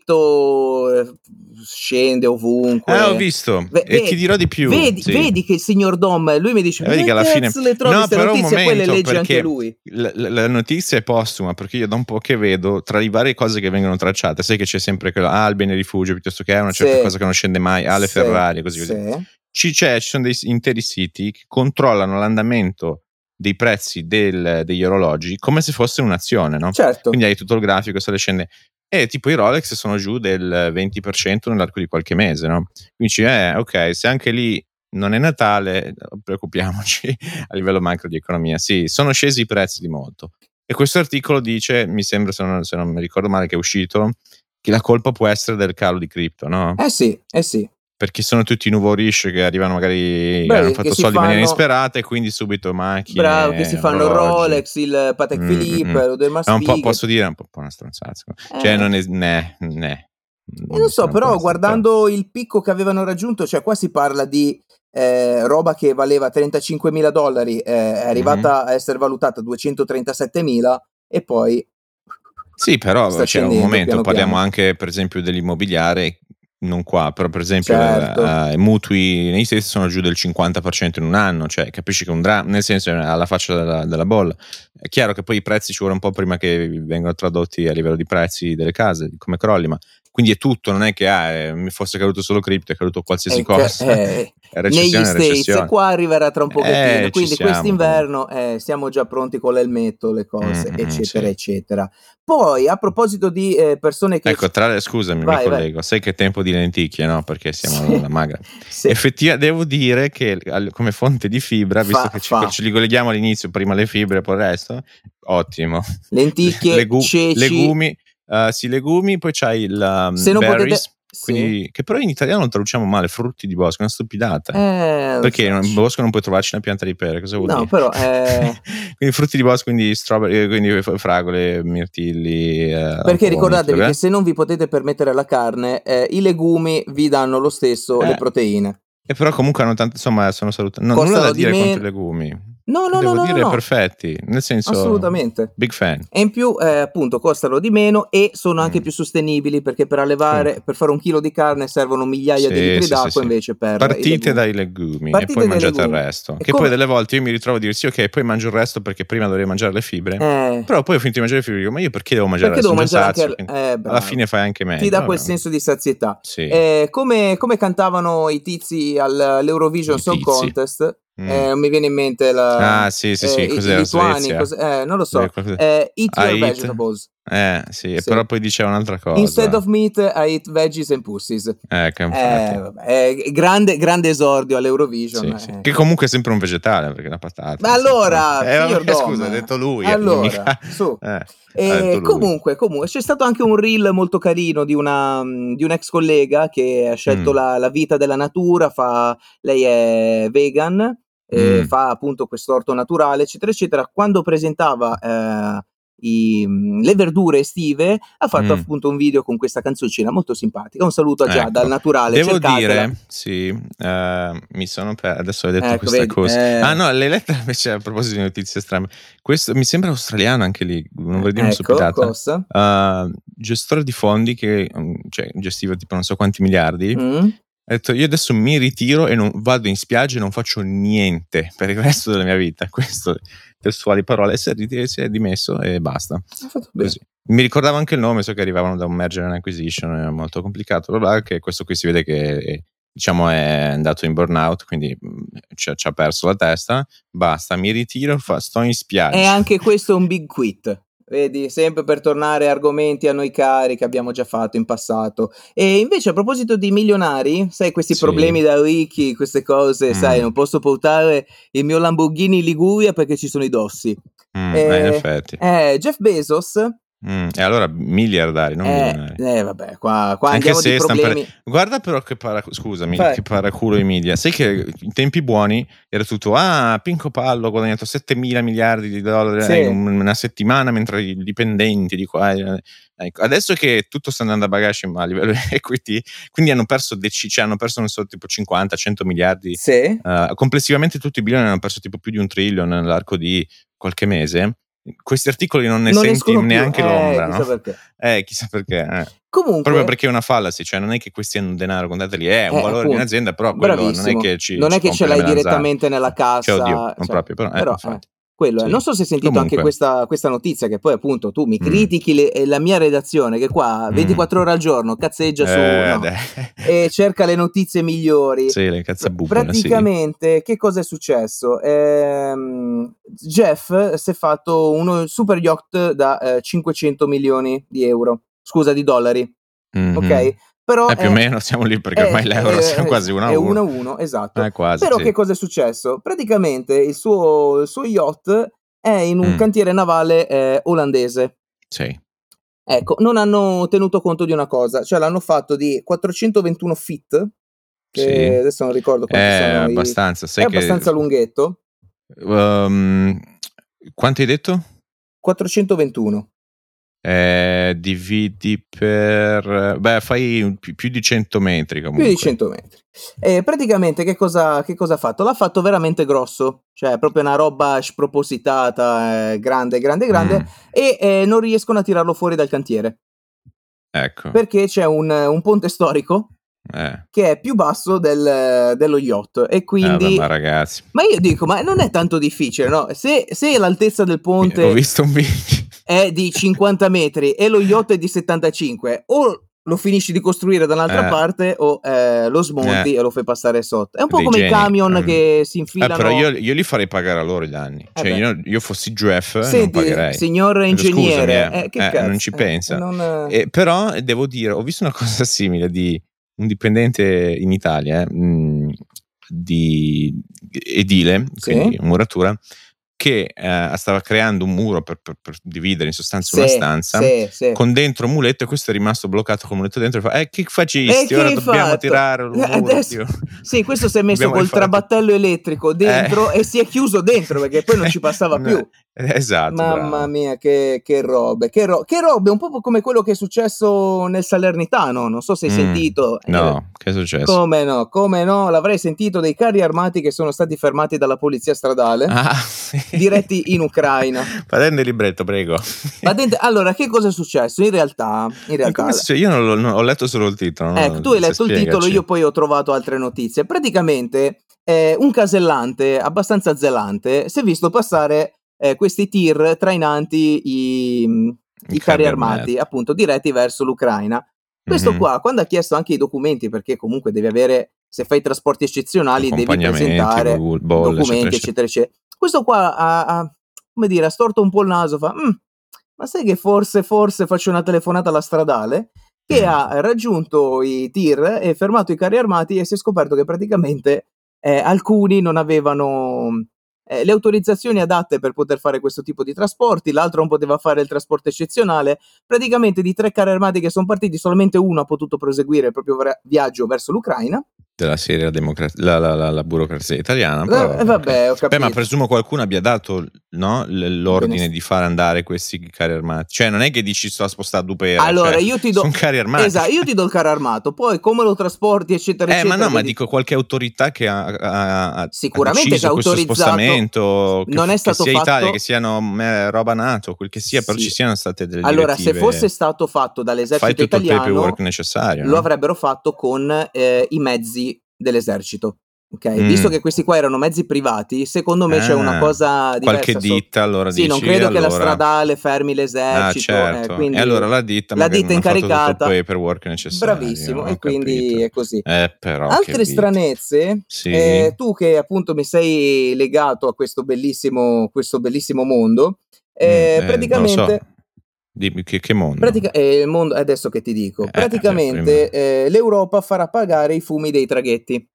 cripto scende ovunque. Ho visto. E ti dirò di più. Vedi che il signor Dom, lui mi dice, vedi che alla fine le trovi queste notizie, poi le legge anche lui. La notizia è postuma, perché io da un po' che vedo tra le varie cose che vengono tracciate, sai che c'è sempre quello, il bene rifugio, piuttosto che una certa cosa che non scende mai, le Ferrari, così. Ci sono dei interi siti che controllano l'andamento dei prezzi degli orologi come se fosse un'azione, no? Certo. Quindi hai tutto il grafico, sale e scende. E tipo i Rolex sono giù del 20% nell'arco di qualche mese, no? Quindi ok, se anche lì non è Natale, preoccupiamoci a livello macro di economia. Sì, sono scesi i prezzi di molto. E questo articolo dice, mi sembra, se non mi ricordo male, che è uscito, che la colpa può essere del calo di cripto, no? Sì. Perché sono tutti nuovorish che arrivano magari hanno fatto soldi in maniera insperata e quindi subito macchine. Bravo, che si fanno Rolex, il Patek Philippe, lo del È un po', posso dire, un po' una stronzazza. Cioè non è... non so, però guardando il picco che avevano raggiunto, cioè qua si parla di roba che valeva $35.000, è arrivata a essere valutata $237.000 e poi... Sì, però c'è un momento, parliamo anche per esempio dell'immobiliare, non qua, però per esempio i mutui negli Stati sono giù del 50% in un anno, cioè capisci che un dramma, nel senso alla faccia della bolla. È chiaro che poi i prezzi ci vuole un po' prima che vengano tradotti a livello di prezzi delle case, come crolli, ma quindi è tutto, non è che mi fosse caduto solo cripto, è caduto qualsiasi cosa. Negli States, qua arriverà tra un pochettino, quindi quest'inverno siamo già pronti con l'elmetto, le cose, eccetera, eccetera. Poi a proposito di persone che... Ecco, scusami, mi collego, sai che tempo di lenticchie, no? Perché siamo alla magra. Sì. Effettivamente devo dire che come fonte di fibra, visto che ce li colleghiamo all'inizio, prima le fibre e poi il resto, ottimo. Lenticchie, ceci... legumi, legumi, poi c'hai il berries, quindi, che però in italiano non traduciamo male, frutti di bosco, è una stupidata. Perché in bosco non puoi trovarci una pianta di pere, cosa vuol dire? No, però... quindi frutti di bosco, quindi strawberry, quindi fragole, mirtilli. Perché ricordatevi che se non vi potete permettere la carne, i legumi vi danno lo stesso le proteine. E però comunque hanno tanto, insomma, sono salutari. Non nulla da dire contro i legumi. No, perfetti, nel senso, assolutamente, big fan. E in più appunto costano di meno e sono anche più sostenibili, perché per allevare, per fare un chilo di carne servono migliaia di litri d'acqua, invece per partite dai legumi e poi mangiate il resto, che poi delle volte io mi ritrovo a dire sì, ok, poi mangio il resto perché prima dovrei mangiare le fibre, però poi ho finito di mangiare le fibre e dico, ma io perché devo mangiare il resto? Alla fine fai anche meglio, ti dà quel senso di sazietà. Sì. Come cantavano i tizi all'Eurovision Song Contest, mi viene in mente i lituani, non lo so, eat your vegetables. Sì, però poi diceva un'altra cosa. Instead of meat, I eat veggies and pussies. Grande esordio all'Eurovision. Sì. Che comunque è sempre un vegetale, perché è una patata. Ma allora, scusa, ha detto lui. Allora, su. Comunque, c'è stato anche un reel molto carino di un ex collega che ha scelto la vita della natura, lei è vegan, fa appunto questo orto naturale, eccetera, eccetera. Quando presentava le verdure estive ha fatto appunto un video con questa canzoncina molto simpatica. Un saluto a Giada, al naturale. Devo cercatela. dire, mi sono adesso hai detto questa cosa. No, l'hai letta invece a proposito di notizie strane. Questo mi sembra australiano anche lì, non vorrei dire una stupidata. Gestore di fondi che gestiva tipo non so quanti miliardi. Ha detto io adesso mi ritiro e non vado in spiaggia e non faccio niente per il resto della mia vita. Questo testuali parole, si è dimesso e basta. Così. Mi ricordavo anche il nome, so che arrivavano da un merger and acquisition, è molto complicato, che questo qui si vede che diciamo è andato in burnout, quindi ci ha perso la testa, basta, mi ritiro, sto in spiaggia. E anche questo è un big quit. Vedi, sempre per tornare a argomenti a noi cari che abbiamo già fatto in passato. E invece a proposito di milionari, sai, questi problemi da ricchi, queste cose, sai, non posso portare il mio Lamborghini in Liguria perché ci sono i dossi. In effetti. Jeff Bezos. E allora miliardari, non milionari. Vabbè, qua andiamo di problemi. Guarda però che paraculo i media. Sai che in tempi buoni era tutto Pinco Pallo ha guadagnato 7.000 miliardi di dollari in una settimana, mentre i dipendenti di qua. Ecco, adesso che tutto sta andando a bagage a livello equity, quindi hanno perso non so, tipo 50-100 miliardi. Complessivamente tutti i bilioni hanno perso tipo più di 1 trillion nell'arco di qualche mese. Questi articoli non ne senti neanche l'ombra, chissà no? perché. Chissà perché. Comunque, proprio perché è una fallacy, cioè non è che questi hanno denaro, contateli, è un valore di un'azienda, però quello non è che non è che ce l'hai direttamente nella cassa. Oddio, non proprio, però quello è. Non so se hai sentito anche questa notizia, che poi appunto tu mi critichi la mia redazione che qua 24 ore al giorno cazzeggia e cerca le notizie migliori. Sì, le cazzabubole. Praticamente che cosa è successo? Jeff si è fatto uno super yacht da 500 milioni di euro, scusa, di dollari. Ok? Però più o meno siamo lì, perché ormai l'euro siamo quasi 1-1. È 1-1, esatto. Quasi, però che cosa è successo? Praticamente il suo yacht è in un cantiere navale olandese. Sì. Ecco, non hanno tenuto conto di una cosa, cioè l'hanno fatto di 421 feet, che adesso non ricordo quanti sono. Abbastanza, è abbastanza lunghetto. Quanto hai detto? 421. Dividi per fai più di 100 metri comunque. Più di 100 metri. Praticamente che cosa ha fatto? L'ha fatto veramente grosso, cioè proprio una roba spropositata, grande, e non riescono a tirarlo fuori dal cantiere. Ecco. Perché c'è un ponte storico che è più basso dello yacht, e quindi ma ragazzi, ma io dico, ma non è tanto difficile, no? Se l'altezza del ponte ho visto un video è di 50 metri e lo yacht è di 75, o lo finisci di costruire da un'altra parte o lo smonti e lo fai passare sotto. È un po' come i camion che si infilano. Però io li farei pagare a loro i danni. Cioè io fossi Jeff, non pagherei. Signor ingegnere, scusami, che cazzo? Non ci pensa. Però devo dire, ho visto una cosa simile di un dipendente in Italia di edile, quindi muratura, che stava creando un muro per dividere in sostanza una stanza con dentro un muletto, e questo è rimasto bloccato con un muletto dentro, e fa che facisti? Ora dobbiamo tirare un muro. Adesso, sì, questo si è messo col trabattello elettrico dentro e si è chiuso dentro perché poi non ci passava più. Esatto, mamma mia, che robe, che robe, un po' come quello che è successo nel Salernitano, non so se hai sentito. No, che è successo? Come no, l'avrei sentito, dei carri armati che sono stati fermati dalla polizia stradale, diretti in Ucraina. Prende il libretto, prego. Allora, che cosa è successo? In realtà io non ho letto solo il titolo. Ecco, tu hai letto il titolo, io poi ho trovato altre notizie. Praticamente un casellante abbastanza zelante si è visto passare questi tir trainanti i carri armati, appunto, diretti verso l'Ucraina. Questo qua, quando ha chiesto anche i documenti, perché comunque devi avere, se fai trasporti eccezionali devi presentare documenti, eccetera, eccetera. Questo qua ha storto un po' il naso, fa ma sai che forse faccio una telefonata alla stradale, che ha raggiunto i tir e fermato i carri armati, e si è scoperto che praticamente alcuni non avevano le autorizzazioni adatte per poter fare questo tipo di trasporti, l'altro non poteva fare il trasporto eccezionale. Praticamente di 3 carri armati che sono partiti, solamente uno ha potuto proseguire il proprio viaggio verso l'Ucraina. Della serie la burocrazia italiana. Però, vabbè, ho capito. Ma presumo qualcuno abbia dato l'ordine di far andare questi carri armati. Cioè non è che dici sto a spostare due pere. Allora io ti do sono carri armati. Esatto, io ti do il carro armato, poi come lo trasporti, eccetera, eccetera. Ma no, ma dico qualche autorità che ha sicuramente che ha questo spostamento, non è stato che sia fatto Italia, che siano roba NATO, quel che sia, però ci siano state delle allora direttive. Se fosse stato fatto dall'esercito italiano, il paperwork necessario, lo avrebbero fatto con i mezzi dell'esercito, ok? Visto che questi qua erano mezzi privati, secondo me c'è una cosa diversa. Qualche ditta, allora sì, non credo che la stradale fermi l'esercito. Certo. Quindi e allora la ditta incaricata, tutto il paperwork necessario. Bravissimo, e quindi è così. Però altre stranezze, tu che appunto mi sei legato a questo bellissimo mondo, praticamente non lo so. Dimmi che mondo? Il mondo, adesso che ti dico, praticamente l'Europa farà pagare i fumi dei traghetti.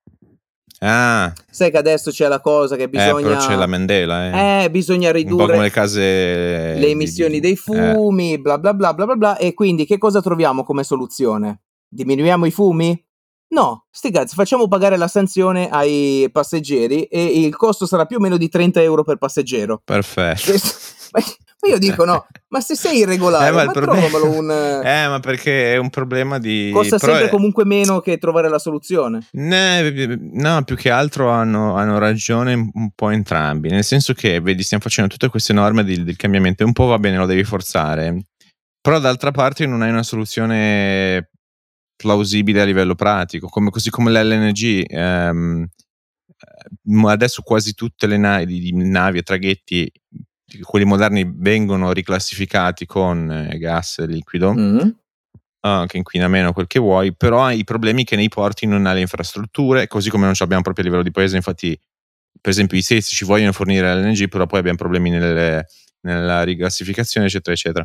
Sai che adesso c'è la cosa che bisogna, però c'è la Mandela, bisogna ridurre un po' come le case, le emissioni dei fumi, bla bla bla bla bla bla. E quindi che cosa troviamo come soluzione? Diminuiamo i fumi? No, sti cazzi, facciamo pagare la sanzione ai passeggeri e il costo sarà più o meno di 30 euro per passeggero. Perfetto. Ma io dico no, ma se sei irregolare, ma trovamelo un... ma perché è un problema di... Costa sempre comunque meno che trovare la soluzione. No, più che altro hanno ragione un po' entrambi, nel senso che, vedi, stiamo facendo tutte queste norme del cambiamento, un po' va bene, lo devi forzare, però d'altra parte non hai una soluzione plausibile a livello pratico, così come l'LNG. Adesso quasi tutte le navi e traghetti, quelli moderni, vengono riclassificati con gas liquido, che inquina meno, quel che vuoi, però hai i problemi che nei porti non hai le infrastrutture, così come non ce l'abbiamo proprio a livello di paese. Infatti, per esempio, i Stati ci vogliono fornire l'LNG, però poi abbiamo problemi nella rigassificazione, eccetera, eccetera.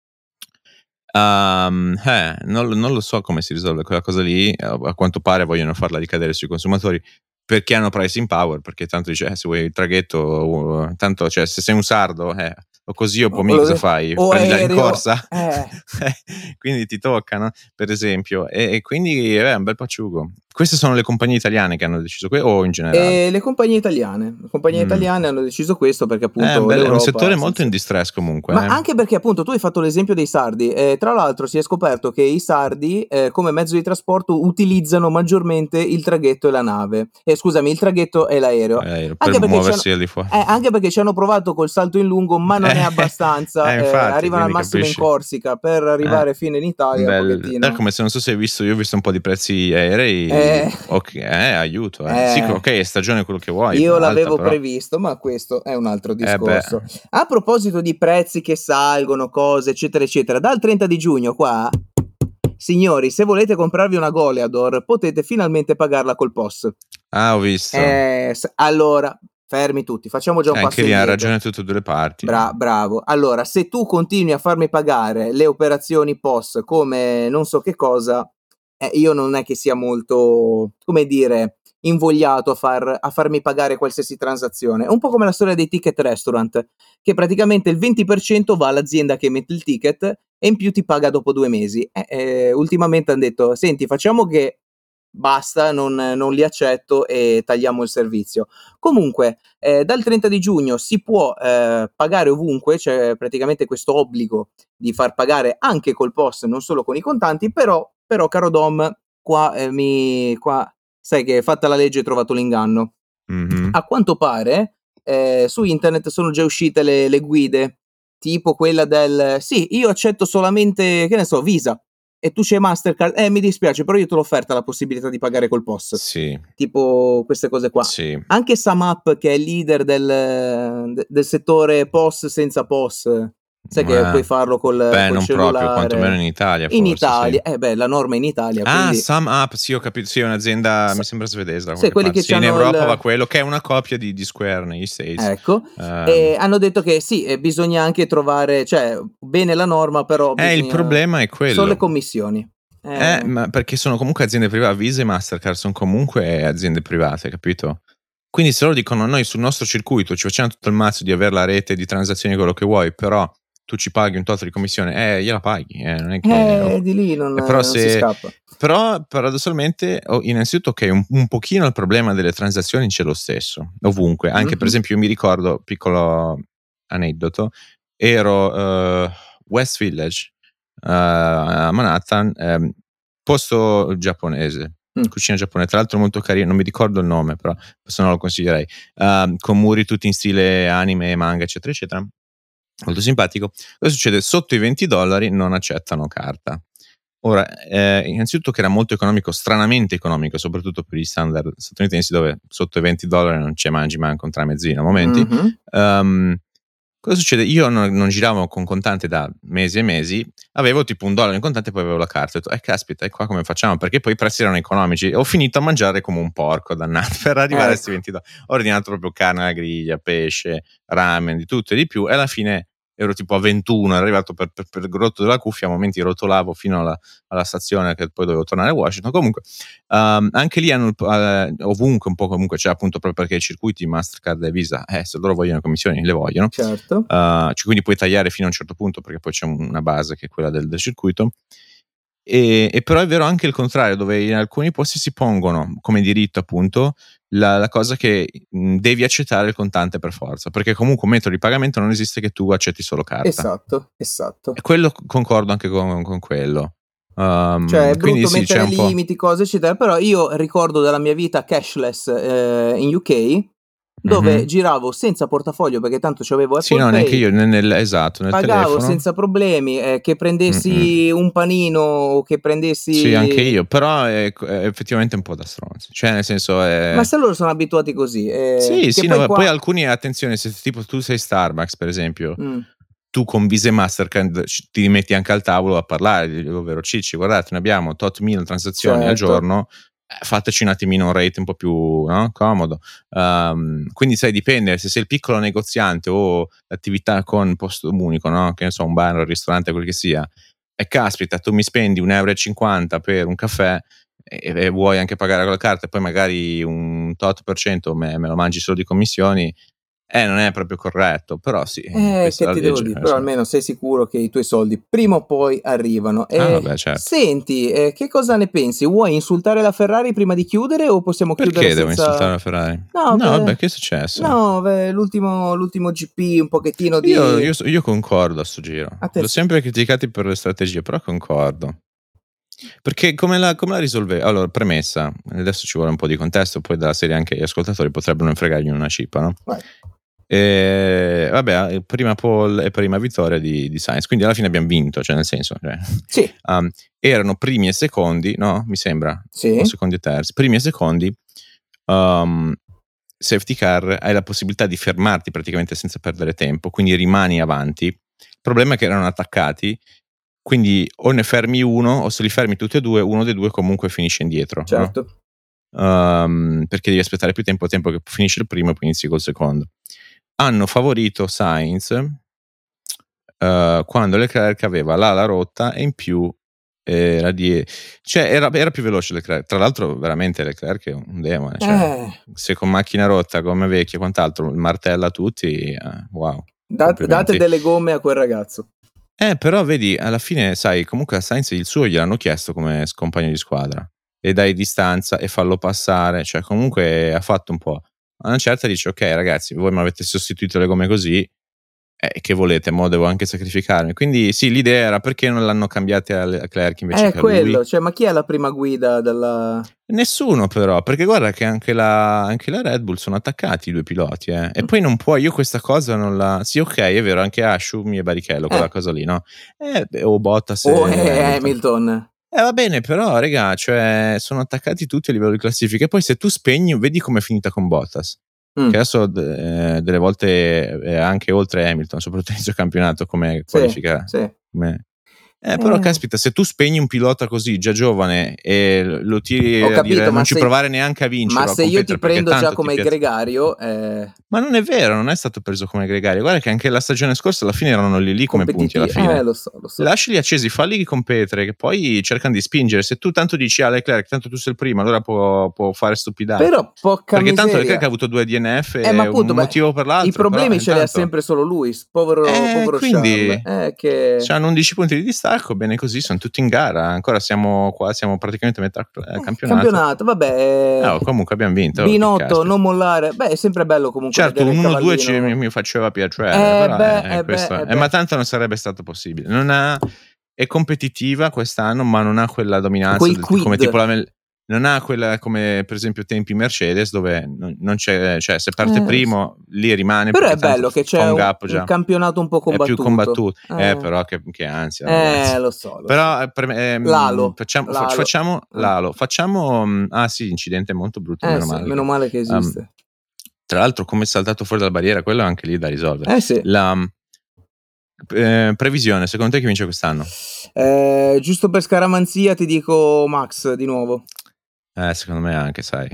Non lo so come si risolve quella cosa lì. A quanto pare vogliono farla ricadere sui consumatori, perché hanno pricing power, perché tanto dice se vuoi il traghetto, tanto, cioè, se sei un sardo o così o pomì, cosa fai? Prendi in corsa? Quindi ti tocca, no? Per esempio, e quindi è un bel paciugo. Queste sono le compagnie italiane che hanno deciso o in generale? Le compagnie italiane hanno deciso questo perché appunto È un settore molto in distress comunque. Ma anche perché appunto tu hai fatto l'esempio dei sardi, tra l'altro si è scoperto che i sardi come mezzo di trasporto utilizzano maggiormente il traghetto e la nave, scusami, il traghetto e l'aereo. Per muoversi al di fuori. Anche perché ci hanno provato col salto in lungo, ma non è abbastanza, infatti, arrivano al massimo capisci. in Corsica per arrivare fino in Italia un pochettino. È come se, non so se hai visto, io ho visto un po' di prezzi aerei, aiuto. Sì, ok, è stagione quello che vuoi. Io l'avevo previsto, ma questo è un altro discorso. A proposito di prezzi che salgono, cose, eccetera, eccetera, dal 30 di giugno qua, signori, se volete comprarvi una Goleador, potete finalmente pagarla col POS. Ho visto. Allora, fermi tutti, facciamo già un passo indietro. Anche lì ha ragione tutte e due le parti. Bravo. Allora, se tu continui a farmi pagare le operazioni POS come non so che cosa, io non è che sia molto, come dire, invogliato a farmi pagare qualsiasi transazione. È un po' come la storia dei ticket restaurant, che praticamente il 20% va all'azienda che emette il ticket e in più ti paga dopo 2 mesi. Ultimamente hanno detto, senti, facciamo che basta, non li accetto e tagliamo il servizio. Comunque, dal 30 di giugno si può pagare ovunque, c'è praticamente questo obbligo di far pagare anche col POS, non solo con i contanti, però caro Dom, qua sai che fatta la legge hai trovato l'inganno. Mm-hmm. A quanto pare su internet sono già uscite le guide, tipo quella del sì, io accetto solamente, che ne so, Visa, e tu c'è Mastercard, mi dispiace, però io te l'ho offerta la possibilità di pagare col POS. Sì. Tipo queste cose qua. Sì. Anche SumUp, che è il leader del settore POS senza POS, sai che puoi farlo col non cellulare. Proprio, quantomeno in Italia. In forse, Italia, sì. La norma è in Italia. Quindi... SumUp, sì, ho capito, sì, è un'azienda, mi sembra svedese. Sì, quelli che in Europa va quello, che è una copia di Square negli States. Ecco, e hanno detto che sì, bisogna anche trovare, cioè, bene la norma, però il problema è quello. Sono le commissioni. Ma perché sono comunque aziende private, Visa e Mastercard sono comunque aziende private, capito? Quindi se loro dicono noi sul nostro circuito ci facciamo tutto il mazzo di avere la rete di transazioni, quello che vuoi, però tu ci paghi un tot di commissione, gliela paghi, non è che... di lì non si scappa. Però paradossalmente, innanzitutto che un pochino il problema delle transazioni c'è lo stesso, ovunque, anche per esempio io mi ricordo, piccolo aneddoto, ero West Village, a Manhattan, posto giapponese, cucina giapponese, tra l'altro molto carino, non mi ricordo il nome, però se no lo consiglierei, con muri tutti in stile anime, manga, eccetera, eccetera, molto simpatico. Cosa succede? Sotto i $20 non accettano carta. Ora, innanzitutto che era molto economico, stranamente economico, soprattutto per gli standard statunitensi, dove sotto i $20 non c'è mangi manco un tramezzino a momenti. Cosa succede? Io non giravo con contante da mesi e mesi, avevo tipo $1 in contante e poi avevo la carta. Ho detto, caspita, e qua come facciamo? Perché poi i prezzi erano economici. Ho finito a mangiare come un porco, dannato, per arrivare a questi $20. Ho ordinato proprio carne alla griglia, pesce, ramen, di tutto e di più, e alla fine ero tipo a 21, ero arrivato per il rotto della cuffia, a momenti rotolavo fino alla stazione, che poi dovevo tornare a Washington. Comunque anche lì hanno ovunque un po', comunque c'è, appunto, proprio perché i circuiti Mastercard e Visa, se loro vogliono commissioni le vogliono, certo. Quindi puoi tagliare fino a un certo punto, perché poi c'è una base che è quella del circuito. E però è vero anche il contrario, dove in alcuni posti si pongono come diritto, appunto, la cosa che devi accettare il contante per forza, perché comunque un metodo di pagamento non esiste che tu accetti solo carta. Esatto. E quello concordo anche con quello. Cioè è brutto mettere sì, limiti, cose eccetera, però io ricordo della mia vita cashless in UK, dove giravo senza portafoglio perché tanto c'avevo Apple Pay. Sì, no, neanche io, esatto, nel pagavo telefono. senza problemi, che prendessi un panino o che prendessi... Sì, anche io, però è effettivamente un po' da stronzi, cioè nel senso Ma se loro sono abituati così... sì, poi alcuni, attenzione, se tipo tu sei Starbucks per esempio, tu con Visa e Mastercard ti rimetti anche al tavolo a parlare, ovvero Cicci, guardate, noi abbiamo tot mila transazioni al giorno, fateci un attimino un rate un po' più comodo. Quindi sai, dipende, se sei il piccolo negoziante o l'attività con posto unico, che ne so, un bar, un ristorante, quel che sia, e caspita, tu mi spendi €1,50 per un caffè e vuoi anche pagare con la carta e poi magari un tot % me lo mangi solo di commissioni, Non è proprio corretto, però sì. Che ti devo dire, però almeno sei sicuro che i tuoi soldi prima o poi arrivano. Vabbè, certo. Senti, che cosa ne pensi? Vuoi insultare la Ferrari prima di chiudere o possiamo chiudere Perché senza... devo insultare la Ferrari? No, vabbè, che è successo? No, l'ultimo GP un pochettino di... Io concordo a sto giro. L'ho sempre criticati per le strategie, però concordo. Perché come la risolve? Allora, premessa, adesso ci vuole un po' di contesto, poi dalla serie anche gli ascoltatori potrebbero fregargli una cippa, no? Vai. Vabbè, prima pole e prima vittoria di Sainz, quindi alla fine abbiamo vinto, cioè nel senso, sì. Erano primi e secondi, no? Mi sembra, sì. O secondi e terzi, primi e secondi, safety car, hai la possibilità di fermarti praticamente senza perdere tempo, quindi rimani avanti. Il problema è che erano attaccati, quindi o ne fermi uno o se li fermi tutti e due, uno dei due comunque finisce indietro, certo, no? Perché devi aspettare più tempo che finisce il primo e poi inizi col secondo. Hanno favorito Sainz quando Leclerc aveva l'ala rotta e in più era più veloce Leclerc. Tra l'altro veramente Leclerc è un demone, se con macchina rotta, gomme vecchie e quant'altro martella tutti, wow. Date delle gomme a quel ragazzo. Però vedi, alla fine sai, comunque a Sainz il suo gliel'hanno chiesto come compagno di squadra e dai distanza e fallo passare, cioè comunque ha fatto un po'. A una certa dice ok ragazzi, voi mi avete sostituito le gomme così, che volete, mo devo anche sacrificarmi. Quindi sì, l'idea era perché non l'hanno cambiate a Leclerc invece che a lui. Quello, cioè, ma chi è la prima guida della... Nessuno però, perché guarda che anche la Red Bull sono attaccati i due piloti, e poi non puoi, io questa cosa non la... Sì, ok, è vero, anche Ashumi e Barrichello, quella cosa lì, no? O Bottas e Hamilton. Va bene, però, raga, cioè, sono attaccati tutti a livello di classifica. E poi se tu spegni, vedi com'è finita con Bottas. Che adesso delle volte è anche oltre Hamilton, soprattutto inizio campionato, come qualifica. Sì. Però caspita, se tu spegni un pilota così già giovane e lo tiri a dire non ci provare neanche a vincere, ma se io ti prendo già come gregario, ma non è vero, non è stato preso come gregario. Guarda che anche la stagione scorsa alla fine erano lì come punti alla fine. Lo so. Lasciali accesi, falli competere, che poi cercano di spingere. Se tu tanto dici Leclerc, tanto tu sei il primo, allora può fare stupidate. Però perché tanto Leclerc ha avuto 2 DNF e appunto, un motivo per l'altro. I problemi ce li ha sempre solo lui, povero quindi Charles. Hanno 11 punti di distacco, bene così, sono tutti in gara. Ancora siamo qua, siamo praticamente a metà campionato. Vabbè. Comunque abbiamo vinto. Binotto, non mollare. Beh, è sempre bello comunque. Certo, un 1-2 mi faceva piacere. Ma tanto non sarebbe stato possibile. È competitiva quest'anno, ma non ha quella dominanza come tipo non ha quella come per esempio tempi Mercedes, dove non c'è, cioè se parte primo lì rimane. Però è bello che c'è un campionato un po' combattuto. È più combattuto. Però che ansia, ragazzi. Lo so. Però Lalo. Facciamo Lalo. Facciamo sì, incidente molto brutto, meno male che esiste. Tra l'altro come è saltato fuori dalla barriera, quello è anche lì da risolvere. Sì. La previsione, secondo te chi vince quest'anno? Giusto per scaramanzia ti dico Max di nuovo. Secondo me anche, sai,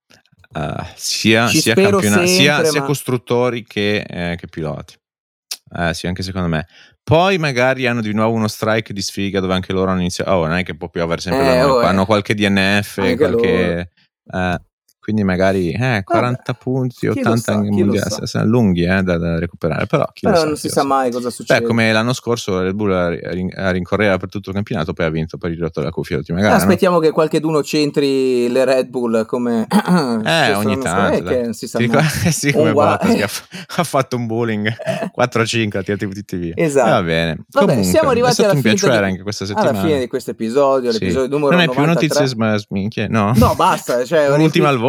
sia campionati, sia costruttori che piloti. Sì, anche secondo me. Poi magari hanno di nuovo uno strike di sfiga dove anche loro hanno iniziato. Non è che può piovere sempre da noi. Hanno qualche DNF, quindi magari 40 punti, 80 sono lunghi da recuperare, però non si sa mai cosa succede. Come l'anno scorso Red Bull a rincorrere per tutto il campionato, poi ha vinto per il rotto della cuffia l'ultima gara. Aspettiamo che qualcheduno centri le Red Bull come ogni tanto che non si sa mai. Sì, come Bottas che ha fatto un bowling 4-5, ha tirati tutti via. Esatto. Va bene. Vabbè, siamo arrivati alla fine anche questa settimana. Alla fine di questo episodio, l'episodio numero 93. Non è più notizie, ma sminchie, no, basta, cioè un'ultima al volo.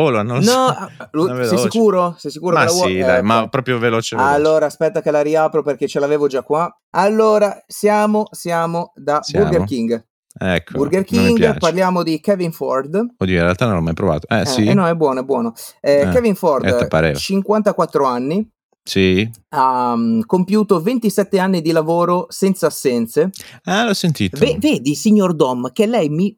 Sei sicuro? Ma sì, dai, ma proprio veloce. Allora aspetta che la riapro perché ce l'avevo già qua. Allora siamo da Burger King. Ecco, Burger King, parliamo di Kevin Ford. Oddio, in realtà non l'ho mai provato. Sì. No, è buono. Kevin Ford, 54 anni. Sì. Ha compiuto 27 anni di lavoro senza assenze. L'ho sentito. Vedi, signor Dom, che lei mi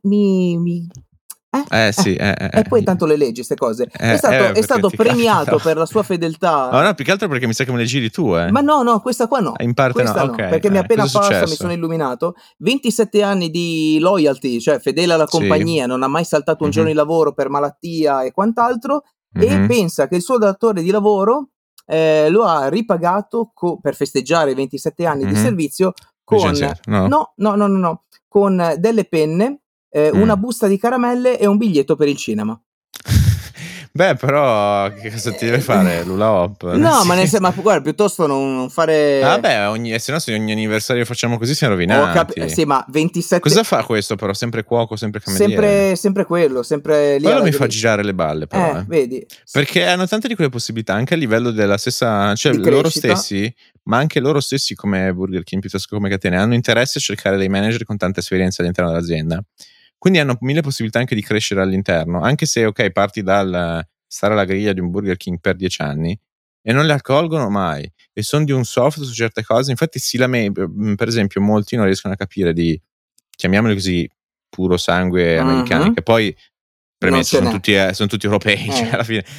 sì. E poi tanto le leggi queste cose. È stato premiato per la sua fedeltà. No, più che altro perché mi sa che me le giri tu, Ma no, questa qua no. In parte questa no, okay. Perché mi è appena apparsa, mi sono illuminato. 27 anni di loyalty, cioè fedele alla compagnia, non ha mai saltato un giorno di lavoro per malattia e quant'altro. E pensa che il suo datore di lavoro lo ha ripagato per festeggiare i 27 anni di servizio con con delle penne, una busta di caramelle e un biglietto per il cinema. Beh, però che cosa ti deve fare? L'hula hop? No, ma guarda, piuttosto non fare... Vabbè, se no se ogni anniversario facciamo così siamo rovinati. Sì, ma 27... Cosa fa questo però? Sempre cuoco, sempre cameriere? Sempre quello, sempre lì. Quello mi fa girare le balle però. Vedi. Perché hanno tante di quelle possibilità, anche a livello della stessa... Cioè loro stessi, ma anche loro stessi come Burger King piuttosto che come catene, hanno interesse a cercare dei manager con tanta esperienza all'interno dell'azienda. Quindi hanno 1000 possibilità anche di crescere all'interno, anche se ok, parti dal stare alla griglia di un Burger King per 10 anni e non le accolgono mai e sono di un soft su certe cose. Infatti per esempio molti non riescono a capire di, chiamiamoli così, puro sangue americani, che poi premesso sono tutti europei, cioè alla fine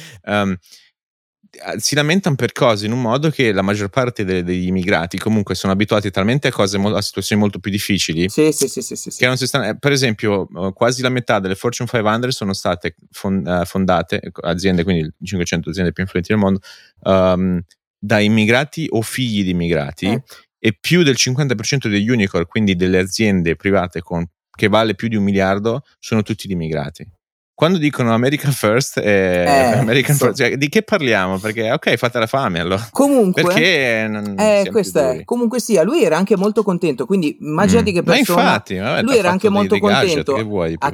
si lamentano per cose in un modo che la maggior parte degli immigrati comunque sono abituati talmente a situazioni molto più difficili che non si stanno, per esempio quasi la metà delle Fortune 500 sono state fondate aziende, quindi le 500 aziende più influenti del mondo, da immigrati o figli di immigrati, e più del 50% degli unicorn, quindi delle aziende private che vale più di $1 miliardo, sono tutti di immigrati. Quando dicono America First American First, cioè, di che parliamo? Perché ok, fate la fame allora. Comunque, perché questo è. Comunque sia, lui era anche molto contento, quindi immaginati che persona. Ma infatti, lui era anche molto contento. Che vuoi ha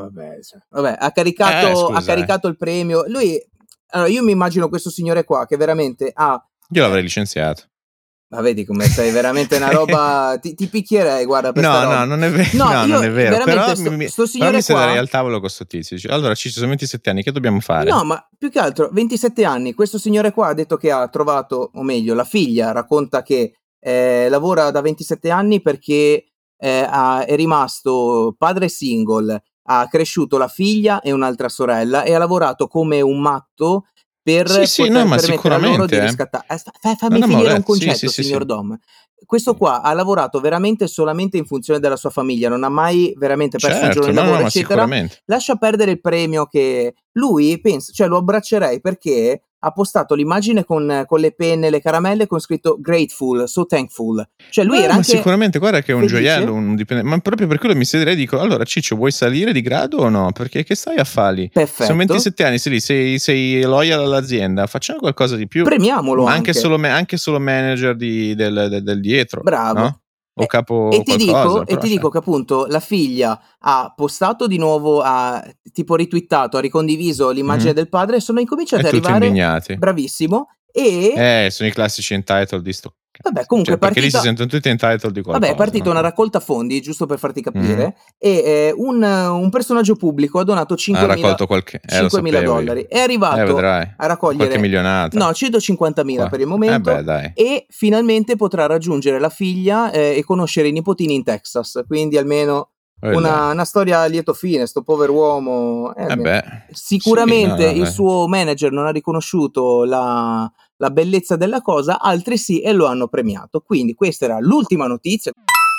caricato il premio. Allora io mi immagino questo signore qua che veramente ha... Io l'avrei licenziato. Ma vedi come sei veramente una roba, ti picchierei, guarda, per no, non è vero. No, non è vero. Però sto signore mi qua al tavolo con sto tizio. Allora, ci sono 27 anni, che dobbiamo fare? No, ma più che altro 27 anni. Questo signore qua ha detto che ha trovato, o meglio, la figlia racconta che lavora da 27 anni perché è rimasto padre single, ha cresciuto la figlia e un'altra sorella e ha lavorato come un matto per permettere a loro di riscattare. Fammi finire un concetto, signor Dom. Questo qua ha lavorato veramente solamente in funzione della sua famiglia, non ha mai veramente perso un giorno di lavoro, eccetera. Lascia perdere il premio che lui pensa, cioè lo abbraccerei perché ha postato l'immagine con le penne, le caramelle con scritto grateful, so thankful. Cioè lui era anche sicuramente, guarda che è un gioiello, ma proprio per quello mi siederei e dico, allora Ciccio, vuoi salire di grado o no? Perché che stai a fare? Perfetto. Sono 27 anni, sei loyal all'azienda, facciamo qualcosa di più. Premiamolo anche solo manager del dietro. Bravo. No? O capo e ti dico che appunto la figlia ha postato di nuovo, ha tipo ritwittato, ha ricondiviso l'immagine del padre e sono incominciati ad arrivare indignati. Bravissimo. E sono i classici entitled di sto. Vabbè, comunque perché lì si sentono tutti entitled di qualcosa. Vabbè, è partita una raccolta fondi, giusto per farti capire, e un personaggio pubblico ha donato $5.000. È arrivato a raccogliere qualche milionata. No, 150.000 per il momento. Dai. E finalmente potrà raggiungere la figlia e conoscere i nipotini in Texas, quindi almeno una storia a lieto fine, sto povero uomo. Sicuramente il suo manager non ha riconosciuto la bellezza della cosa, altri sì, e lo hanno premiato. Quindi questa era l'ultima notizia.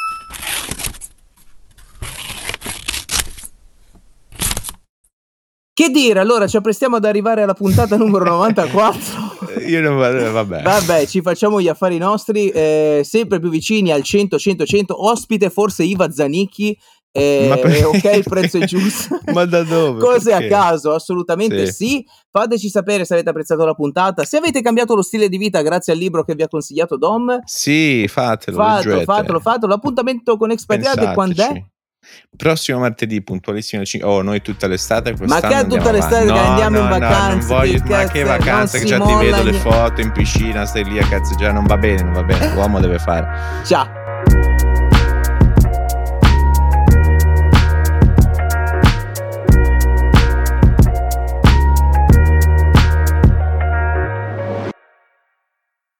Che dire, allora ci apprestiamo ad arrivare alla puntata numero 94. Io non vabbè. Vabbè, ci facciamo gli affari nostri, sempre più vicini al 100, ospite forse Iva Zanicchi. Ok, il prezzo è giusto. Ma da dove? Cose a caso, assolutamente sì. Fateci sapere se avete apprezzato la puntata, se avete cambiato lo stile di vita grazie al libro che vi ha consigliato Dom. Sì, fatelo. L'appuntamento con Expatriate quando è? Prossimo martedì puntualissimo. Noi tutta l'estate ma che tutta l'estate che andiamo in vacanza? Ma che vacanza, che già ti vedo le foto in piscina, stai lì a cazzeggiare, non va bene, l'uomo deve fare. Ciao.